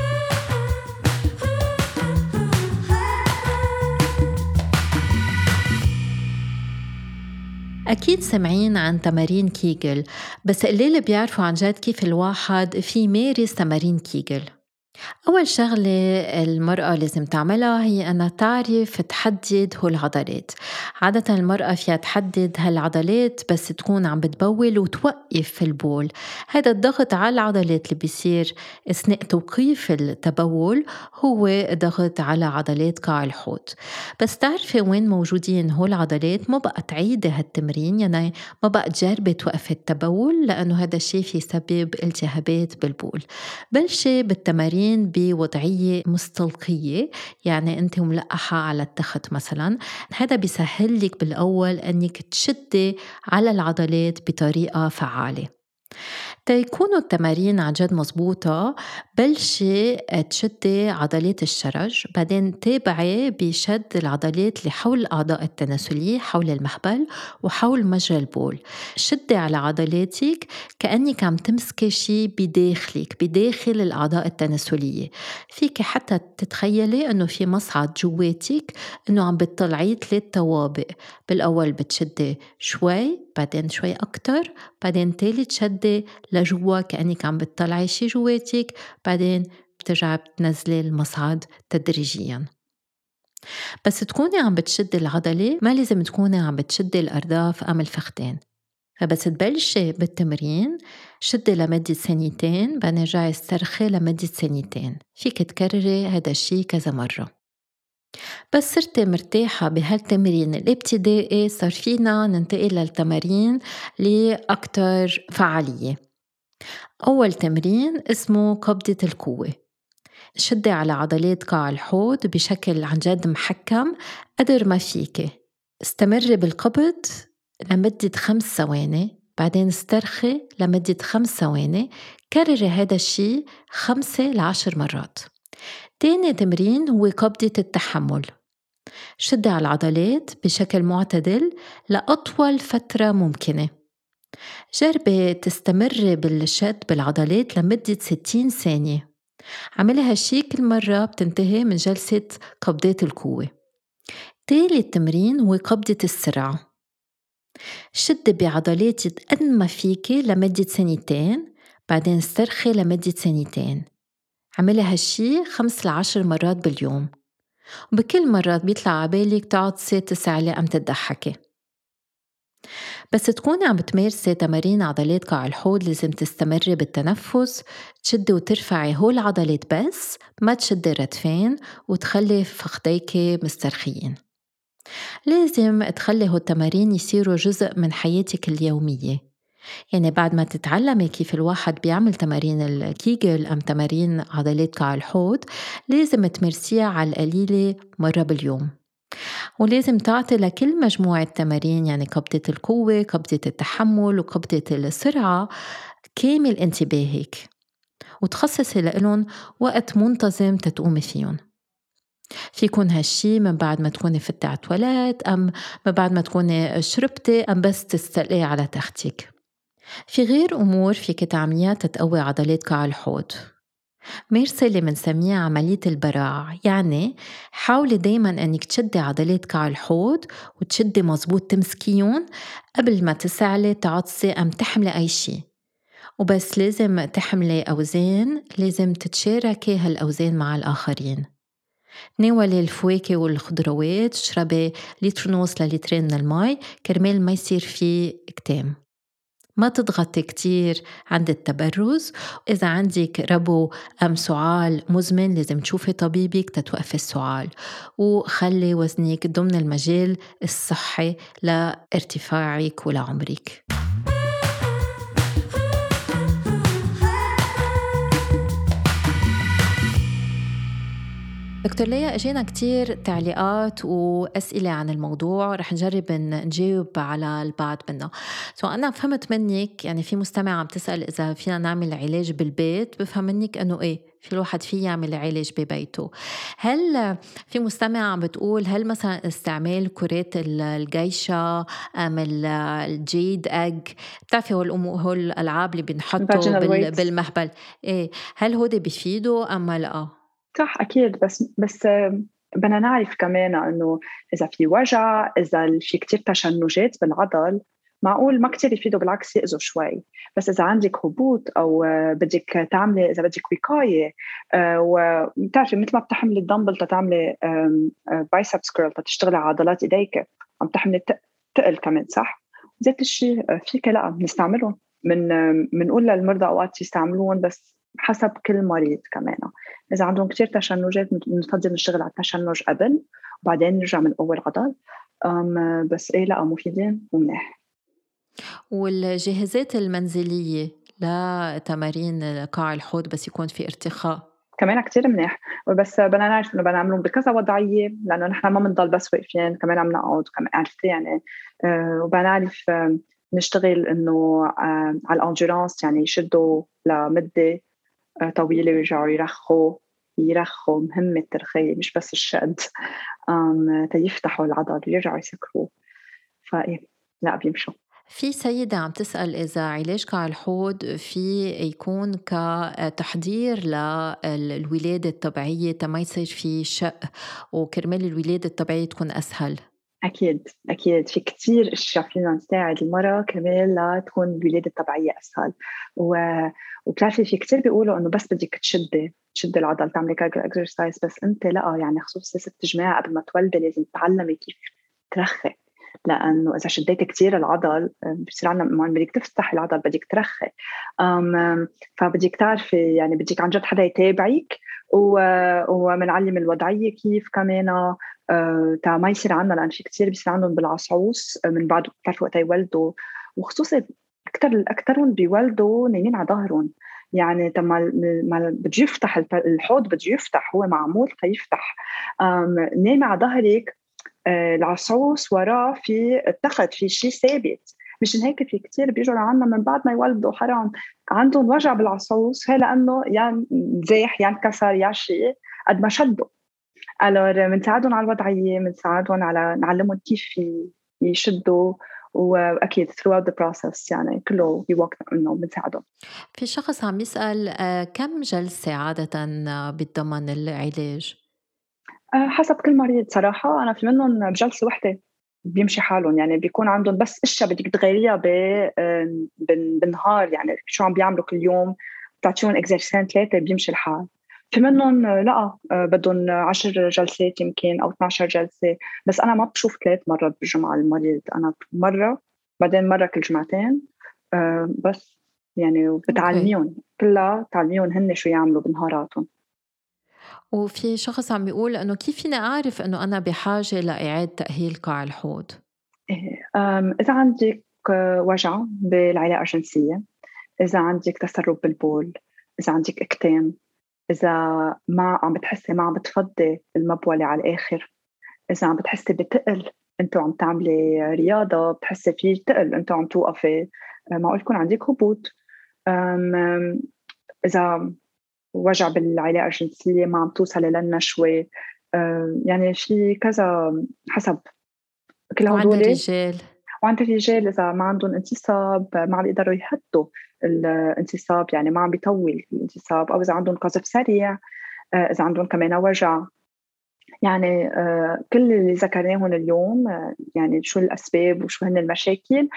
أكيد سمعين عن تمارين كيجل، بس قليل بيعرفوا عن جد كيف الواحد في يمارس تمارين كيجل. أول شغلة المرأة لازم تعملها هي أنها تعرف تحدد هالعضلات. عادة المرأة فيها تحدد هالعضلات بس تكون عم بتبول وتوقف في البول. هذا الضغط على العضلات اللي بيصير أثناء توقيف التبول هو ضغط على عضلات قاع الحوض. بس تعرفي وين موجودين هول العضلات، ما بقى تعيدي هالتمرين، يعني ما بقى تجربي توقفي التبول لأنه هذا الشيء في سبب التهابات بالبول. بلشي بالتمارين بوضعية مستلقية، يعني أنت ملقحة على التخت مثلا. هذا بيسهل لك بالأول أنك تشدي على العضلات بطريقة فعالة. تيكونوا التمارين عن جد مزبوطة، بلشي تشدي عضلات الشرج، بعدين تابعي بشد العضلات اللي حول الأعضاء التناسلية، حول المهبل وحول مجرى البول. شدي على عضلاتك كأنك عم تمسكي شي بداخلك، بداخل الأعضاء التناسلية. فيك حتى تتخيلي أنه في مصعد جواتك، أنه عم بتطلعي 3 طوابق. بالأول بتشدي شوي، بعدين شوي أكتر، بعدين تالت شدة لجوا كأنك عم بتطلعي شي جواتك، بعدين بترجعي بتنزلي المصعد تدريجيا. بس تكوني عم بتشدي العضلة، ما لازم تكوني عم بتشدي الأرداف أم الفخدين. فبس تبلشي بالتمرين شدي لمدة ثانيتين، بعدين رجعي استرخي لمدة ثانيتين. فيك تكرري هذا الشي كذا مرة. بس صرتي مرتاحة بهالتمرين الابتدائي، صار فينا ننتقل للتمارين لأكتر فعالية. أول تمرين اسمه قبضة القوة. شدي على عضلات قاع الحوض بشكل عن جد محكم قدر ما فيكي. استمري بالقبض لمدة 5 ثواني، بعدين استرخي لمدة 5 ثواني. كرري هذا الشي 5 ل10 مرات. تاني تمرين هو قبضة التحمل. شدي على العضلات بشكل معتدل لأطول فترة ممكنة. جربي تستمري بالشد بالعضلات لمدة 60 ثانية. عملي هالشي كل مرة بتنتهي من جلسة قبضات القوة. تالي التمرين هو قبضة السرعة. شدي بعضلاتك قد ما فيكي لمدة ثانيتين، بعدين استرخي لمدة ثانيتين. عملي هالشي 5 ل10 مرات باليوم، وبكل مرة بيطلع عبالك تعطسي، تسعلي أم تضحكي. بس تكوني عم بتمارسي تمارين عضلات قاع الحوض لازم تستمري بالتنفس، تشدي وترفعي هول العضلات بس، ما تشدي الردفين وتخلي فخديكي مسترخيين. لازم تخلي هو التمارين يصيروا جزء من حياتك اليومية. يعني بعد ما تتعلمي كيف الواحد بيعمل تمارين الكيجل أم تمارين عضلات قاع الحوض، لازم تمارسيها على القليلة مرة باليوم. ولازم تعطي لكل مجموعة تمارين، يعني قبضة القوة، قبضة التحمل، وقبضة السرعة، كامل انتباهك، وتخصصي لإلهم وقت منتظم تتقومي فيهم. فيكون هالشي من بعد ما تكوني فتي على التواليت، أم من بعد ما تكوني شربتي، أم بس تستلقي على تختك. في غير أمور فيك تعمليها تتقوي عضلات قاع الحوض. مارسي اللي منسميها عملية البراع، يعني حاولي دايما أنك تشدي عضلات قاع الحوض وتشدي مزبوط تمسكيون قبل ما تسعلي تعطسي أم تحملي أي شي. وبس لازم تحملي أوزان، لازم تتشاركي هالأوزان مع الآخرين. تناولي الفواكه والخضروات، تشربي لتر ونص للترين من المي كرمال ما يصير في كتام. ما تضغطي كتير عند التبرز. إذا عندك ربو أم سعال مزمن لازم تشوفي طبيبك تتوقفي السعال، وخلي وزنك ضمن المجال الصحي لارتفاعك ولعمرك. دكتور ليا، اجينا كتير تعليقات وأسئلة عن الموضوع، رح نجرب نجاوب على البعض منها. أنا فهمت منك، يعني في مستمع عم تسأل إذا فينا نعمل علاج بالبيت. بفهم منك أنه إيه، في الواحد فيه يعمل علاج ببيته. هل في مستمع عم بتقول هل مثلا استعمال كرات الجيشة أم الجيد أج، بتعرفي هول الألعاب اللي بنحطه vaginal weights. بالمهبل، إيه هل هودي بيفيدوا أم لا؟ صح أكيد، بس بدنا نعرف كمان إنه إذا في وجع، إذا في كتير تشنجات بالعضل، معقول ما كتير يفيدوا، بالعكس يأذوا شوي. بس إذا عندك هبوط أو بدك تعملي، إذا بدك وقاية، وبتعرفي مثل ما بتحملي الدمبل تتعملي بايسبس كيرل تشتغلي على عضلات إيديك، عم تحملي تقل كمان، صح؟ ذات الشيء فيك لا نستعملهم. بنقول للمرضى أوقات يستعملون، بس حسب كل مريض كمان. إذا عندهم كتير تشنجات بنفضل نشتغل على التشنج قبل وبعدين نرجع من أول عضل. بس إيه لا، مفيدين ومنيح. والجهازات المنزلية لتمارين قاع الحوض بس يكون في ارتخاء. كمان كتير منيح، بس بدنا نعرف إنه بدنا نعملهم بكذا وضعية، لأنه نحن ما بنضل بس واقفين، كمان عم نقعد كمان، عرفتي يعني. وبدنا نعرف نشتغل إنه على الأندورانس، يعني يشدوا لمدة طويلة ويرجعوا يرخوا. مهم الترخية مش بس الشد، تيفتحوا العضل ويرجعوا يسكروه. فإيه لا بيمشوا. في سيدة عم تسأل إذا علاج قاع الحوض في يكون كتحضير للولادة الطبيعية تما يصير في شق وكرمال الولادة الطبيعية تكون أسهل. أكيد أكيد، في كتير أشياء فينا نساعد المرأة كمان لا تكون الولادة الطبيعية أسهل. و... وبتعرفي في كتير بيقولوا إنه بس بدك تشدي العضل، تعملي كاجل اكسرسايز، بس أنت لا، يعني خصوصي ست جماعة قبل ما تولدي لازم تتعلمي كيف ترخي. لأنه إذا شديت كتير العضل بصير عندنا ما بدك تفتح العضل، بدك ترخي. فبدك تعرفي، يعني بدك عن جد حدا يتابعك، ومنعلم الوضعية كيف كمان تا ما يصير عندنا، لأن في كتير بيصير عندهم بالعصعوص من بعد بتعرفوا وقت يولدوا، وخصوصي أكترهم بيولدوا نايمين على ظهرهم. يعني تما ما بده يفتح الحوض، بده يفتح، هو معمول تيفتح. نايمة على ظهرك، العصعوص وراه في التخت، في شيء ثابت. مشان هيك في كتير بيجوا لعنا من بعد ما يولدوا حرام عندهم وجع بالعصعوص، هي لأنه يا زاح يا انكسر يا شيء قد ما شدوا. الور بنساعدهم على الوضعية، بنساعدهم على نعلمهم كيف يشدوا، واكيد throughout the process يعني كله بوقت انه بنساعدهم. في شخص عم يسأل كم جلسة عادة بتضمن العلاج؟ حسب كل مريض صراحة. أنا في منهم بجلسة وحدة بيمشي حالهم، يعني بيكون عندهم بس اشياء بدك تغيريها بالنهار، يعني شو عم بيعملوا كل يوم، بتعطيهم اكزرسين ثلاثة بيمشي الحال. في منهم لا بدهم 10 جلسات يمكن أو 12 جلسة. بس أنا ما بشوف 3 مرات بالجمعة المريض، أنا مرة بعدين مرة كل جمعتين. بس يعني أوكي. وبتعلميهم كلها، تعلميهم هن شو يعملوا بنهاراتهم. وفي شخص عم بيقول إنه كيف فيني أعرف إنه أنا بحاجة لإعادة تأهيل قاع الحوض؟ إيه، إذا عندك وجع بالعلاقة الجنسية، إذا عندك تسرب بالبول، إذا عندك إكتام، إذا ما عم بتحسي ما عم بتفضي المبولة على الآخر، إذا عم بتحسي بتقل أنت وعم تعملي رياضة، بتحسي في تقل أنت وعم توقفي، معقول يكون عندك هبوط. أم- أم، إذا وجع بالعلاقة الجنسية ما عم توصلي للنشوة، يعني في كذا حسب كل وعند هدول. الرجال؟ وعند الرجال إذا ما عندهم انتصاب ما عم يقدروا يهدوا الانتصاب، يعني ما عم بيطول الانتصاب، أو إذا عندهم قذف سريع، إذا عندهم كمان وجع. يعني كل اللي ذكرناهم اليوم، يعني شو الأسباب وشو هن المشاكل.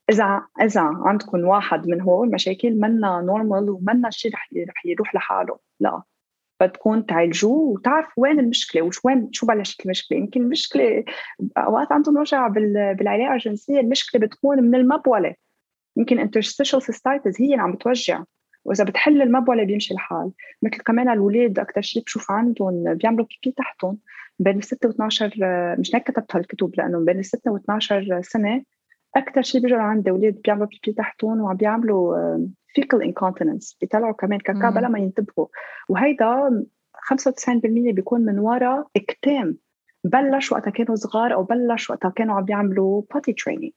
إذا عندكم واحد من هول المشاكل منا نورمال ومنا شيء رح يروح لحاله، لا، بدكم تعالجوه وتعرفوا وين المشكلة شو بلشت المشكلة. يمكن المشكلة أوقات عندهم وجع بالعلاقة الجنسية، المشكلة بتكون من المبولة، يمكن interstitial cystitis هي اللي عم بتوجع، واذا بتحل المبوله بيمشي الحال. مثل كمان الاولاد اكثر شيء بشوف عندهم بيعملوا بيبي تحتهم بين ال 6 و 12، مش هيك كتبت هالكتب، لانه بين ال 6 و 12 سنه اكثر شيء بيجوا عندي اولاد بيعملوا بيبي تحتهم وعم بيعملوا fecal incontinence، بيطلعوا كمان كاكا بلا إمم. ما ينتبهوا. وهيدا 95% بيكون من وراء اكتام بلش وقتها كانوا صغار، او بلش وقتها كانوا عم بيعملوا potty training.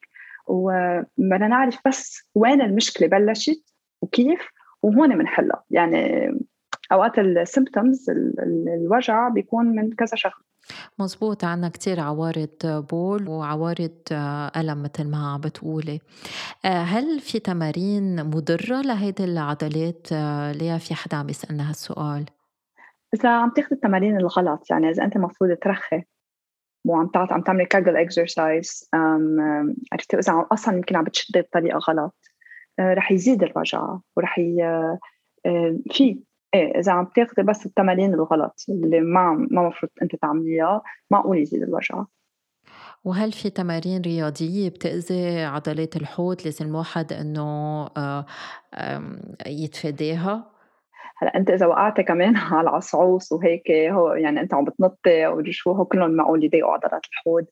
وبدنا نعرف بس وين المشكله بلشت وكيف، وهون بنحلها. يعني اوقات السيمبتومز الوجع بيكون من كذا شغله. مزبوط، عنا كتير عوارض بول وعوارض ألم متل ما عم بتقولي. هل في تمارين مُضرة لهيدي العضلات؟ ليا في حدا عم يسألنا هالسؤال. اذا عم تاخذي التمارين الغلط، يعني اذا انت المفروض ترخي وعم عم تعملي كاجل اكسرسايز، عرفتي، اذا اصلا يمكن عم بتشدي بطريقه غلط، رح يزيد الوجع ورح في ايه. اذا عم تاخذي بس التمارين الغلط اللي ما مفروض انت تعمليها، معقول يزيد الوجع. وهل في تمارين رياضية بتأذي عضلات الحوض لازم الواحد إنه يتفاداها؟ هلا انت اذا وقعتي كمان على العصعوص وهيك، هو يعني انت عم بتنطي او شو، هو كلهم معقول يضايقوا عضلات الحوض.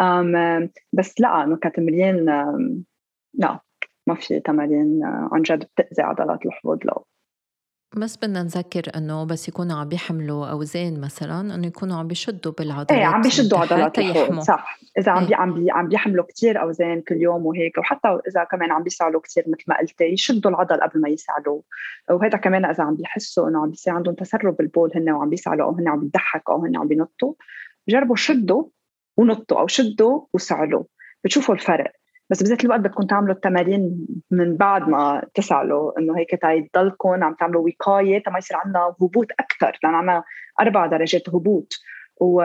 بس لا، انه كتمرين لا، ما في تمارين عن جد بتأذي عضلات الحوض، لا. بس بدنا نذكر إنه بس يكونوا عم بيحملوا أوزان مثلًا، إنه يكونوا عم بيشدوا ايه، عم بالعضلات من بيشدوا تحت عضلات الحوض تيحموا. صح، اذا إيه. عم بيحملوا كتير اوزان كل يوم وهيك، وحتى اذا كمان عم بيسعلوا كتير مثل ما قلتي، يشدوا العضل قبل ما يسعلوا. وهذا كمان اذا عم بيحسوا انه عم بيصير عندهم تسرب بالبول هن وعم بيسعلوا، او هن عم بيضحكوا، او هن عم بينطوا، جربوا شدوا ونطوا، او شدوا وسعلوا، بتشوفوا الفرق. بس بذات الوقت بدكم تعملوا التمارين من بعد ما تسعلوا، انه هيك تضلكم عم تعملوا وقايه ما يصير عندنا هبوط اكثر، لان عندنا 4 درجات هبوط. و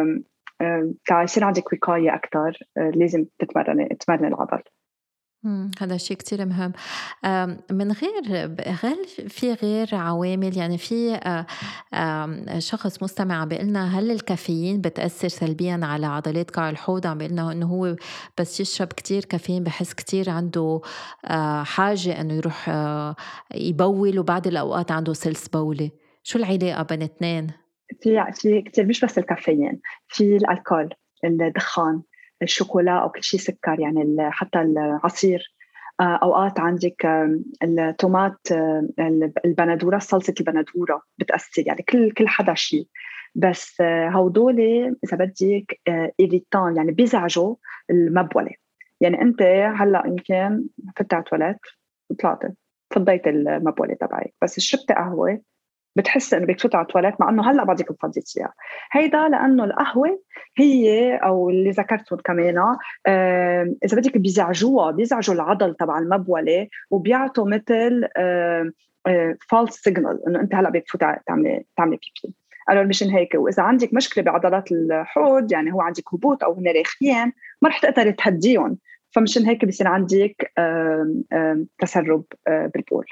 يصير عندك وقايه اكثر، لازم تمرني العضل. هذا شيء كتير مهم. من غير في غير عوامل، يعني في شخص مستمع عم بيقول لنا هل الكافيين بتأثّر سلبيًا على عضلات قاع الحوض؟ عم بيقول لنا إنه هو بس يشرب كتير كافيين بحس كتير عنده حاجة إنه يروح يبوّل، وبعض الأوقات عنده سلس بولي. شو العلاقة بين 2؟ في كثير، مش بس الكافيين، في الالكول، الدخان، الشوكولا، او كل شيء سكر، يعني حتى العصير. اوقات عندك التومات، البندوره، صلصه البندوره بتاثر، يعني كل حدا شيء. بس هودول اذا بدك إيريتان، يعني بيزعجوا المبوله. يعني انت هلا يمكن فتت على التواليت وطلعتي، فضيت المبوله تبعك، بس شربتي قهوه بتحس انه بدك تفوت على التواليت، مع انه هلا بعدك مفضيتيها. هيدا لانه القهوه هي، او اللي ذكرتهم كمان، اذا بدك بيزعجوا العضل تبع المبوله، وبيعطوا مثل فالس سيجنال انه انت هلا بدك تفوت تعملي بيبي. قالوا مشان هيك، واذا عندك مشكله بعضلات الحوض، يعني هو عندك هبوط او هن راخيين، ما رح تقدري تهديهم، فمشان هيك بصير عندك تسرب بالبول.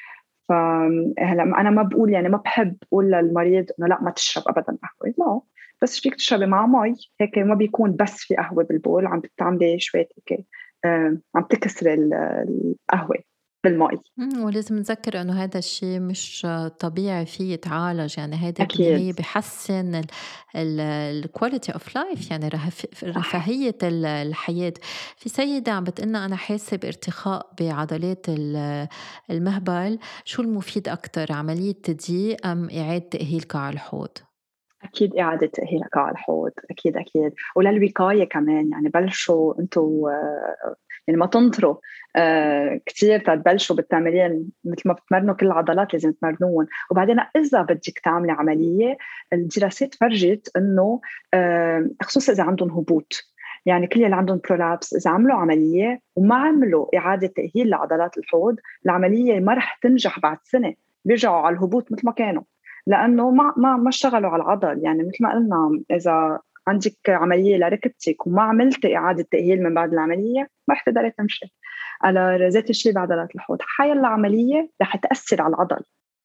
فهلا انا ما بقول، يعني ما بحب اقول للمريض انه لا ما تشرب ابدا قهوه، لا، بس فيك تشربي مع مي، هيك ما بيكون بس في قهوه بالبول عم بتعملي شويه هيك عم تكسر القهوة بالمي. ولازم نذكّر إنه هذا الشي مش طبيعي فيه يتعالج، يعني هيدا أكيد. بالنهاية بيحسّن الquality of life، يعني صح. رفاهية الحياة. في سيدة عم بتقلنا أنا حاسة بارتخاء بعضلات المهبل، شو المفيد أكتر، عملية تضييق أم إعادة تأهيل قاع الحوض؟ أكيد إعادة تأهيلك على الحوض، أكيد أكيد، وللوقاية كمان يعني بلشوا أنتم يعني ما تنطروا كتير تبلشوا بالتمرين مثل ما بتمرنوا كل العضلات لازم تمرنوهم، وبعدين إذا بدك تعملي عملية الدراسات فرجت إنه خصوصا إذا عندهم هبوط، يعني كل اللي عندهم برولابس إذا عملوا عملية وما عملوا إعادة تأهيل لعضلات الحوض العملية ما رح تنجح بعد سنة، بيرجعوا على الهبوط مثل ما كانوا لانه ما اشتغلوا على العضل. يعني مثل ما قلنا اذا عندك عمليه لركبتك وما عملتي اعاده تاهيل من بعد العمليه ما رح تقدري تمشي. على ذات الشيء بعضلات الحوض حيلا عمليه رح تاثر على العضل.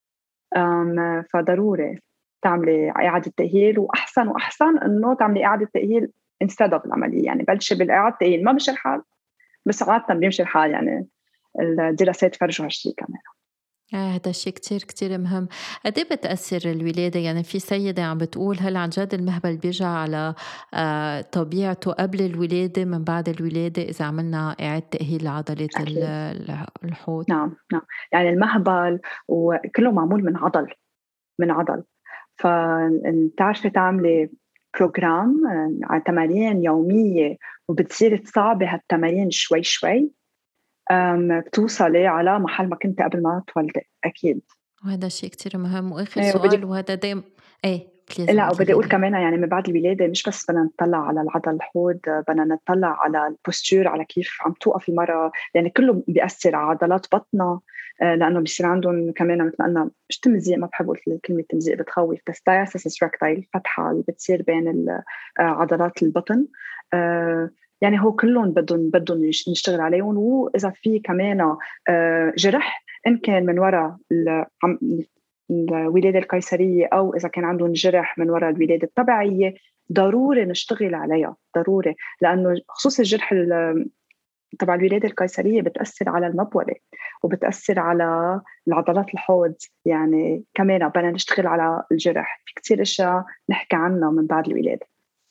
فضروري تعملي اعاده تاهيل، واحسن واحسن انه تعملي اعاده تاهيل انستد اوف العمليه، يعني بلشي بالاعاده التاهيل ما مشي الحال بس عاده بيمشي الحال، يعني الدراسات فرجوا هالشيء كمان. هذا الشيء كتير كتير مهم. قد إيه بتأثر الولادة؟ يعني في سيدة عم بتقول هل عن جد المهبل بيرجع على طبيعته قبل الولادة من بعد الولادة إذا عملنا إعادة تأهيل لعضلات اكيد. الحوض؟ نعم نعم، يعني المهبل وكله معمول من عضل، من عضل. فبتعرفي تعملي بروجرام على تمارين يومية وبتصيري تصعبي هالتمارين شوي شوي، بتوصلي على محل ما كنت قبل ما تولدي أكيد. وهذا الشيء كتير مهم. وآخر إيه سؤال وبدك، وهذا دايم. إيه، لازم لا وبدي قولي اقول لي. كمان يعني من بعد الولاده مش بس بدنا نطلع على العضل الحوض، بدنا نطلع على البوستير، على كيف عم توقف المراه، يعني كله بياثر على عضلات بطنها. لانه بيصير عندهم كمان مثل ما قلنا مش تمزيق، ما بحب اقول كلمه تمزيق بتخوف، بس diastasis recti الفتحه اللي بتصير بين عضلات البطن. يعني هو كلهم بدهم نشتغل عليهم، واذا في كمان جرح ان كان من وراء الولادة القيصرية أو إذا كان عندهم جرح من وراء الولادة الطبيعية، ضروري نشتغل عليها ضروري، لأنه خصوص الجرح تبع الولادة القيصرية بتأثر على المبولة وبتأثر على العضلات الحوض، يعني كمان بدنا نشتغل على الجرح، في كتير أشياء نحكي عنها من بعد الولادة.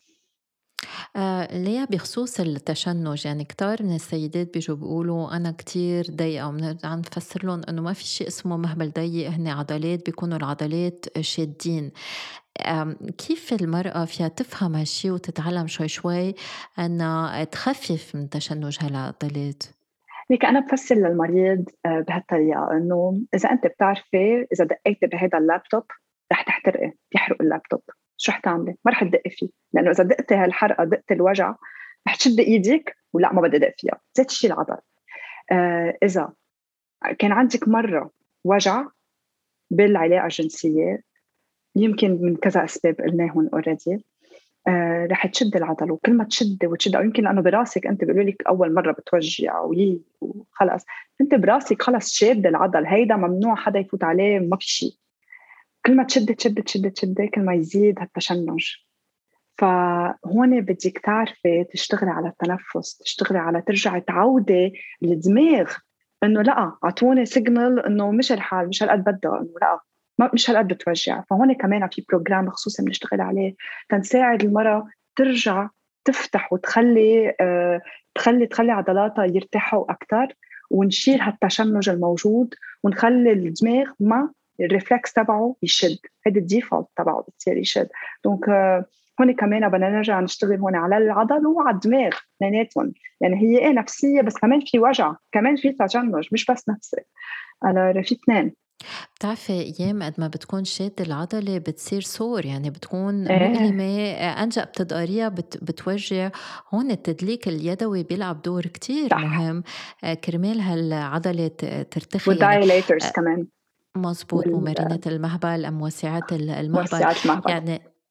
ليا بخصوص التشنج، يعني كتار من السيدات بيجوا بيقولوا أنا كتير ضيقة، وبنرجع نفسر لهم إنه ما في شيء اسمه مهبل ضيق، هن عضلات بيكونوا العضلات شادين. كيف المرأة فيها تفهم هالشي وتتعلم شوي شوي أنها تخفف من تشنج هالعضلات؟ ليك أنا بفسر للمريض بهالطريقة إنه إذا أنت بتعرفي إذا دقيتي بهذا اللابتوب رح تحترقي، يحرق اللابتوب، شو رح تعملي؟ ما رح تدقي فيه، لأنه إذا دقتي هالحرقة دقتي الوجع رح تشدي إيدك ولا ما بدي دق فيها، ذات الشيء العضل. إذا كان عندك مرة وجع بالعلاقة الجنسية يمكن من كذا أسباب قلناهم اوريدي، رح تشد العضل، وكل ما تشد وتشد، او يمكن لانه براسك انت بيقولوا لك اول مره بتوجع وخلص انت براسك خلص شاد العضل، هيدا ممنوع حدا يفوت عليه، ما في شيء. كل ما تشد تشد تشد تشد كل ما يزيد هالتشنج. فهون بدك تعرفي تشتغلي على التنفس، تشتغلي على ترجعي تعودي الدماغ انه لا اعطوني سيجنال انه مش الحال مش هالقد بدها، انه لا مش هالقد بتوجع. فهون كمان في بروجرام خصوصي بنشتغل عليه تنساعد المرأة ترجع تفتح وتخلي تخلي عضلاتها يرتاحوا أكثر، ونشيل هالتشنج الموجود، ونخلي الدماغ ما الريفلكس تبعه يشد، هيدا الديفولت تبعه بتصير يشد. دونك هون كمان بدنا نرجع نشتغل هون على العضل وعلى الدماغ اثنيناتهم، يعني هي ايه نفسيه بس كمان في وجع، كمان في تشنج مش بس نفسي، انا في اثنين. بتعرفي أيام قد ما بتكون شادة العضلة بتصير سور، يعني بتكون ايه مؤلمة، أنجأ بتدقريها بتوجع. هون التدليك اليدوي بيلعب دور كتير صح، مهم كرمال هالعضلة ترتخي يعني. والدايليترز آه، كمان مزبوط، ممارينة المهبل أم موسعات المهبل. والموسعات المهبل. يعني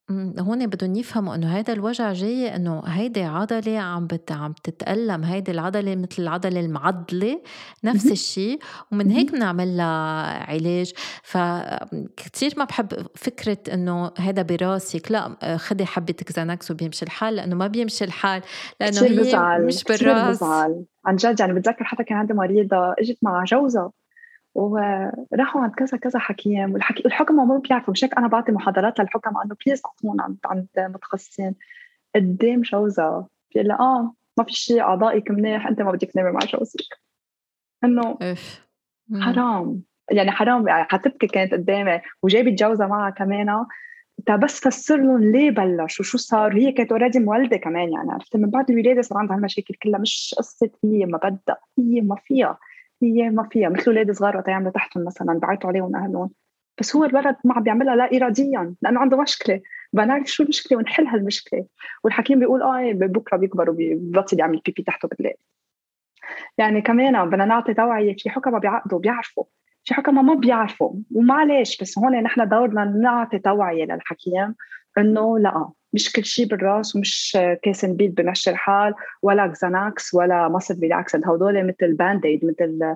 هون بدهم يفهموا إنه هيدا الوجع جاي إنه هيدي عضلة عم تتألم، هيدي العضلة متل العضلة المعضلة نفس مهم. الشي، ومن هيك مهم. بنعمل لها علاج. فكتير ما بحب فكرة إنه هيدا براسك، لأ خدي حبة كزانكس وبيمشي الحال، لأنه ما بيمشي الحال، لأنه كتير هي بزعل، مش كتير بالراس. بزعل عن جد. يعني بتذكر حتى كان عندي مريضة اجت مع جوزها وراحوا عند كذا كذا حكيم، والحكمة ما بيعرفوا. مش هيك انا بعطي محاضرات للحكمة انه بليز اعطونا عند متخصصين. قدام جوزها بيقول لها ما في شيء، اعضائك منيح، انت ما بدك تنامي مع جوزك. انه اف. مم. حرام. يعني حرام. يعني حتبكي كانت قدامي وجايبه جوزها معها كمان. تا بس فسر لهم ليه بلش وشو صار. هي كانت اوريدي مولده كمان، يعني عرفت من بعد الولاده صار عندها هالمشاكل كلها. مش قصه هي ما بدها، هي ما فيها. هي ما فيها مثل اولاد صغار وقت يعملوا تحتهم مثلا بعيطوا عليهم اهلهم، بس هو الولد ما عم بيعملها لا اراديا لانه عنده مشكله. بدنا نعرف شو المشكله ونحل هالمشكله. والحكيم بيقول بكره بيكبر وبيبطل يعمل بيبي تحته بالليل. يعني كمان بدنا نعطي توعية. في حكمة بيعقدوا بيعرفوا، في حكمة ما بيعرفوا، ومعلش. بس هون نحن دورنا نعطي توعية للحكيم إنه لا، مش كل شيء بالراس، ومش كيس نبيد بمشي الحال، ولا كزاناكس ولا مصل ريلاكسد. هدول مثل باند-ايد، مثل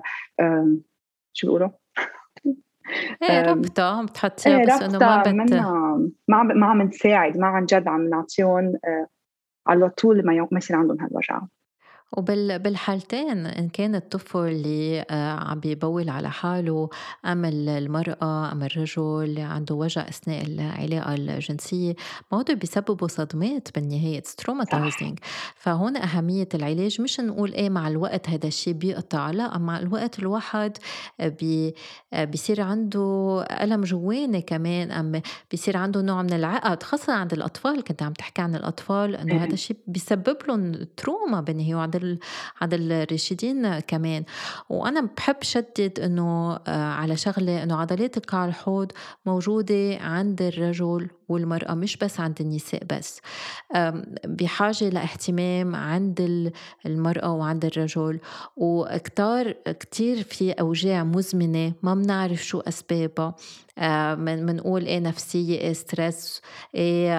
شو بيقولوا؟ ايه آم، ربطة بتحطيها ايه بس إنه ما رابطة منا. ما عم نساعد، ما عن جد عم نعطيهم على طول ما يصير عندهم هالوجع. بالحالتين إن كان الطفل اللي عم بيبول على حاله، أم المرأة أم الرجل اللي عنده وجع أثناء العلاقة الجنسية، ما هدول بيسببوا صدمات بالنهاية. It's صح. traumatizing. فهون أهمية العلاج مش نقول إيه مع الوقت هذا الشيء بيقطع، لا، مع الوقت الواحد بي بيصير عنده ألم جواني كمان، أم بيصير عنده نوع من العقد، خاصة عند الأطفال. كنت عم تحكي عن الأطفال إنه هذا ايه. الشيء بيسبب لهم تروما بالنهاية، عند الراشدين كمان. وأنا بحب شدد إنه على شغلة، إنه عضلات القاع الحوض موجودة عند الرجل والمرأة، مش بس عند النساء بس. بحاجة لاهتمام عند المرأة وعند الرجل. وكتار كتير في أوجاع مزمنة ما بنعرف شو أسبابها. منقول إيه نفسية، إيه ستريس، إيه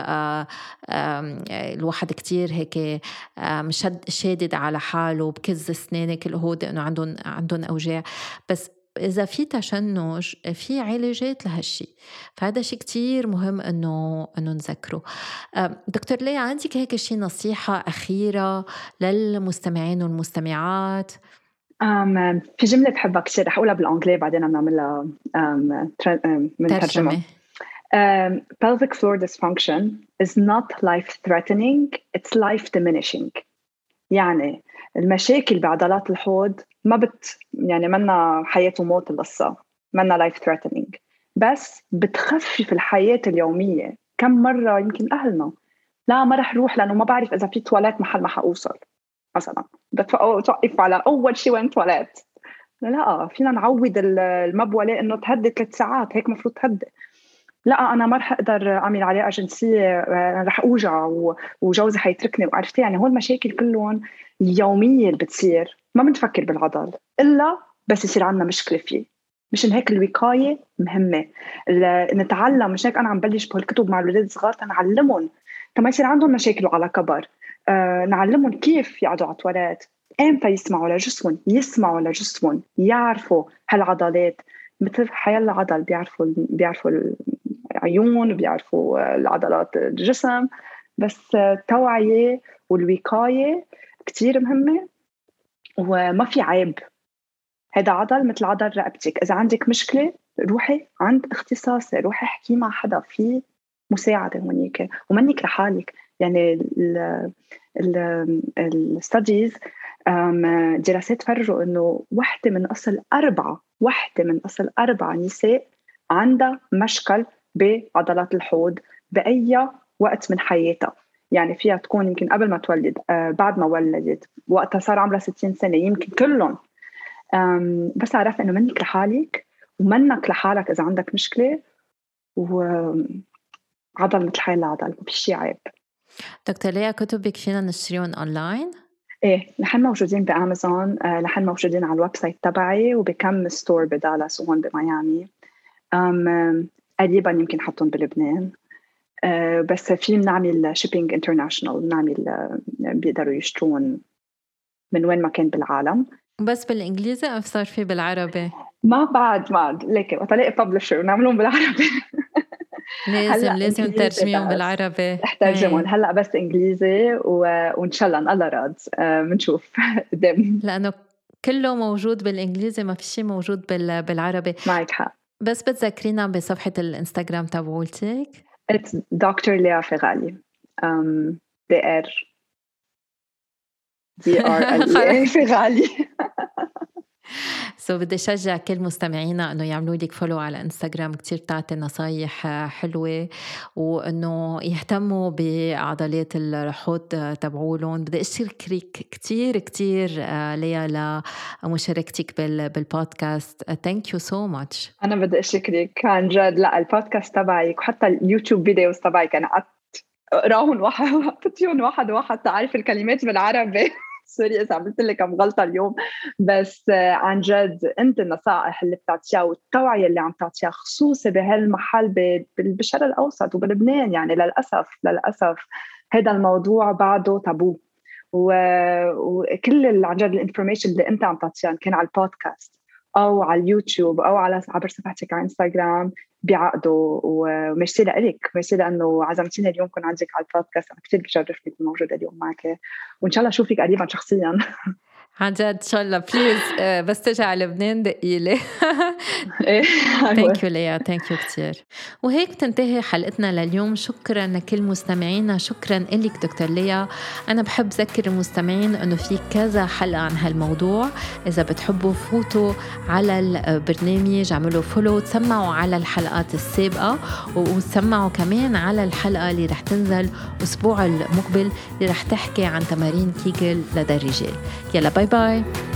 الواحد كتير هيك شادد على حاله بكز أسنانه، كل هود إنه عندهم أوجاع. بس إذا في تشنج في علاجات لهالشي. فهذا شيء كتير مهم إنه نذكره. دكتور ليا، عندك هيك شي نصيحة أخيرة للمستمعين والمستمعات؟ في جملة بحبها كثير، رح أقولها بالأنجلي بعدين بنعملها بنترجمها. ترجمة. Pelvic floor dysfunction is not life-threatening, it's life-diminishing. يعني المشاكل بعضلات الحوض ما يعني منا حياة وموت القصة، منا life-threatening، بس بتخفف الحياة اليومية. كم مرة يمكن أهلنا لا ما رح روح لأنه ما بعرف إذا في تواليت محل ما حأوصل مثلا، بتوقف على أول شيء وين تواليت. لا، فينا نعود المبولة إنه تهدي 3 ساعات، هيك مفروض تهدي. لا أنا ما رح أقدر أعمل علاقة جنسية، رح أوجع وجوزي حيتركني. وعرفتي يعني هول المشاكل كلهم اليومية اللي بتصير ما بنفكر بالعضل إلا بس يصير عندنا مشكلة فيه. مشان هيك الوقاية مهمة. نتعلم. مش هيك أنا عم بلش بهالكتب مع الولاد الصغار تنعلمهم ما يصير عندهم مشاكل على كبر. نعلمهم كيف يقعدوا على التواليت، امتى يسمعوا لجسمهم، يعرفوا هالعضلات مثل حيلا عضل. بيعرفوا العيون، بيعرفوا العضلات الجسم. بس التوعية والوقاية كتير مهمة. وما في عيب، هذا عضل مثل عضل رقبتك. إذا عندك مشكلة روحي عند اختصاصي، روحي احكي مع حدا، في مساعدة هونيك ومنك لحالك. يعني الستاديز، دراسات فرجوا انه واحدة من اصل 4 نساء عندها مشكل بعضلات الحوض بأي وقت من حياتها. يعني فيها تكون يمكن قبل ما تولد، بعد ما ولدت، وقتها صار عمرها 60 سنة، يمكن كلهم. بس عرفت انه منك لحالك ومنك لحالك اذا عندك مشكلة. وعضل مثل حي العضل، ما في شيء عيب. دكتور ليا، كتبك فينا نشتريهم أونلاين؟ ايه، نحن موجودين بامازون، نحن موجودين على الويب سايت تبعي وبكم ستور بدالاس وهون بميامي. قريبا يمكن حطهم بلبنان. بس في بنعمل شيبينج انترناشونال، بنعمل بيقدروا يشترون من وين ما كان بالعالم. بس بالإنجليزي أو صار في بالعربي؟ ما بعد ليك وطلع ببلشر ونعملهم بالعربي. لازم ترجميهم بالعربي. احترجمهم هلا بس انجليزي وان شاء الله الله راد بنشوف قدام، لانه كله موجود بالانجليزي، ما في شيء موجود بالعربي. معك حق. بس بتذكرينا بصفحه الانستغرام تبعولتك؟ It's Dr. Lea Ferrali. DRLEA Ferrali. بدي شجع كل مستمعينا انه يعملوا لك فولو على انستغرام، كتير بتعطي نصايح حلوه، وانه يهتموا بعضلات الحوض تبعولهم. بدي اشكرك كتير كتير ليا لمشاركتك بالبودكاست. ثانك يو سو ماتش. انا بدي اشكرك عن جد. لا البودكاست تبعك وحتى اليوتيوب فيديوز تبعك انا اقراهم واحد تعرف الكلمات بالعربي. سوري إذا عملت لك كم غلطة اليوم، بس عن جد أنت النصائح اللي بتعطيها والتوعية اللي عم تعطيها خصوصي بهالمحل بالشرق الأوسط وبلبنان، يعني للأسف هذا الموضوع بعده تابو. وكل عن جد الانفورميشن اللي أنت عم تعطيها كان على البودكاست أو على اليوتيوب أو عبر صفحتك على انستغرام بيعقدوا. وميرسي لك، ميرسي لأنه عزمتيني اليوم كون عندك على البودكاست. أنا كتير بشرفني أكون موجودة اليوم معك، وإن شاء الله أشوفك قريبا شخصيا. عن جد إن شاء الله بليز. بس تجي على لبنان دقيلة. ثانك يو ليا، ثانك يو كتير. وهيك تنتهي حلقتنا لليوم. شكرا لكل مستمعينا، شكرا لك دكتور ليا. أنا بحب ذكر المستمعين أنه في كذا حلقة عن هالموضوع. إذا بتحبوا فوتوا على البرنامج، عملوا فولو، تسمعوا على الحلقات السابقة، وتسمعوا كمان على الحلقة اللي رح تنزل أسبوع المقبل اللي رح تحكي عن تمارين كيجل لدى الرجال. يلا باي باي.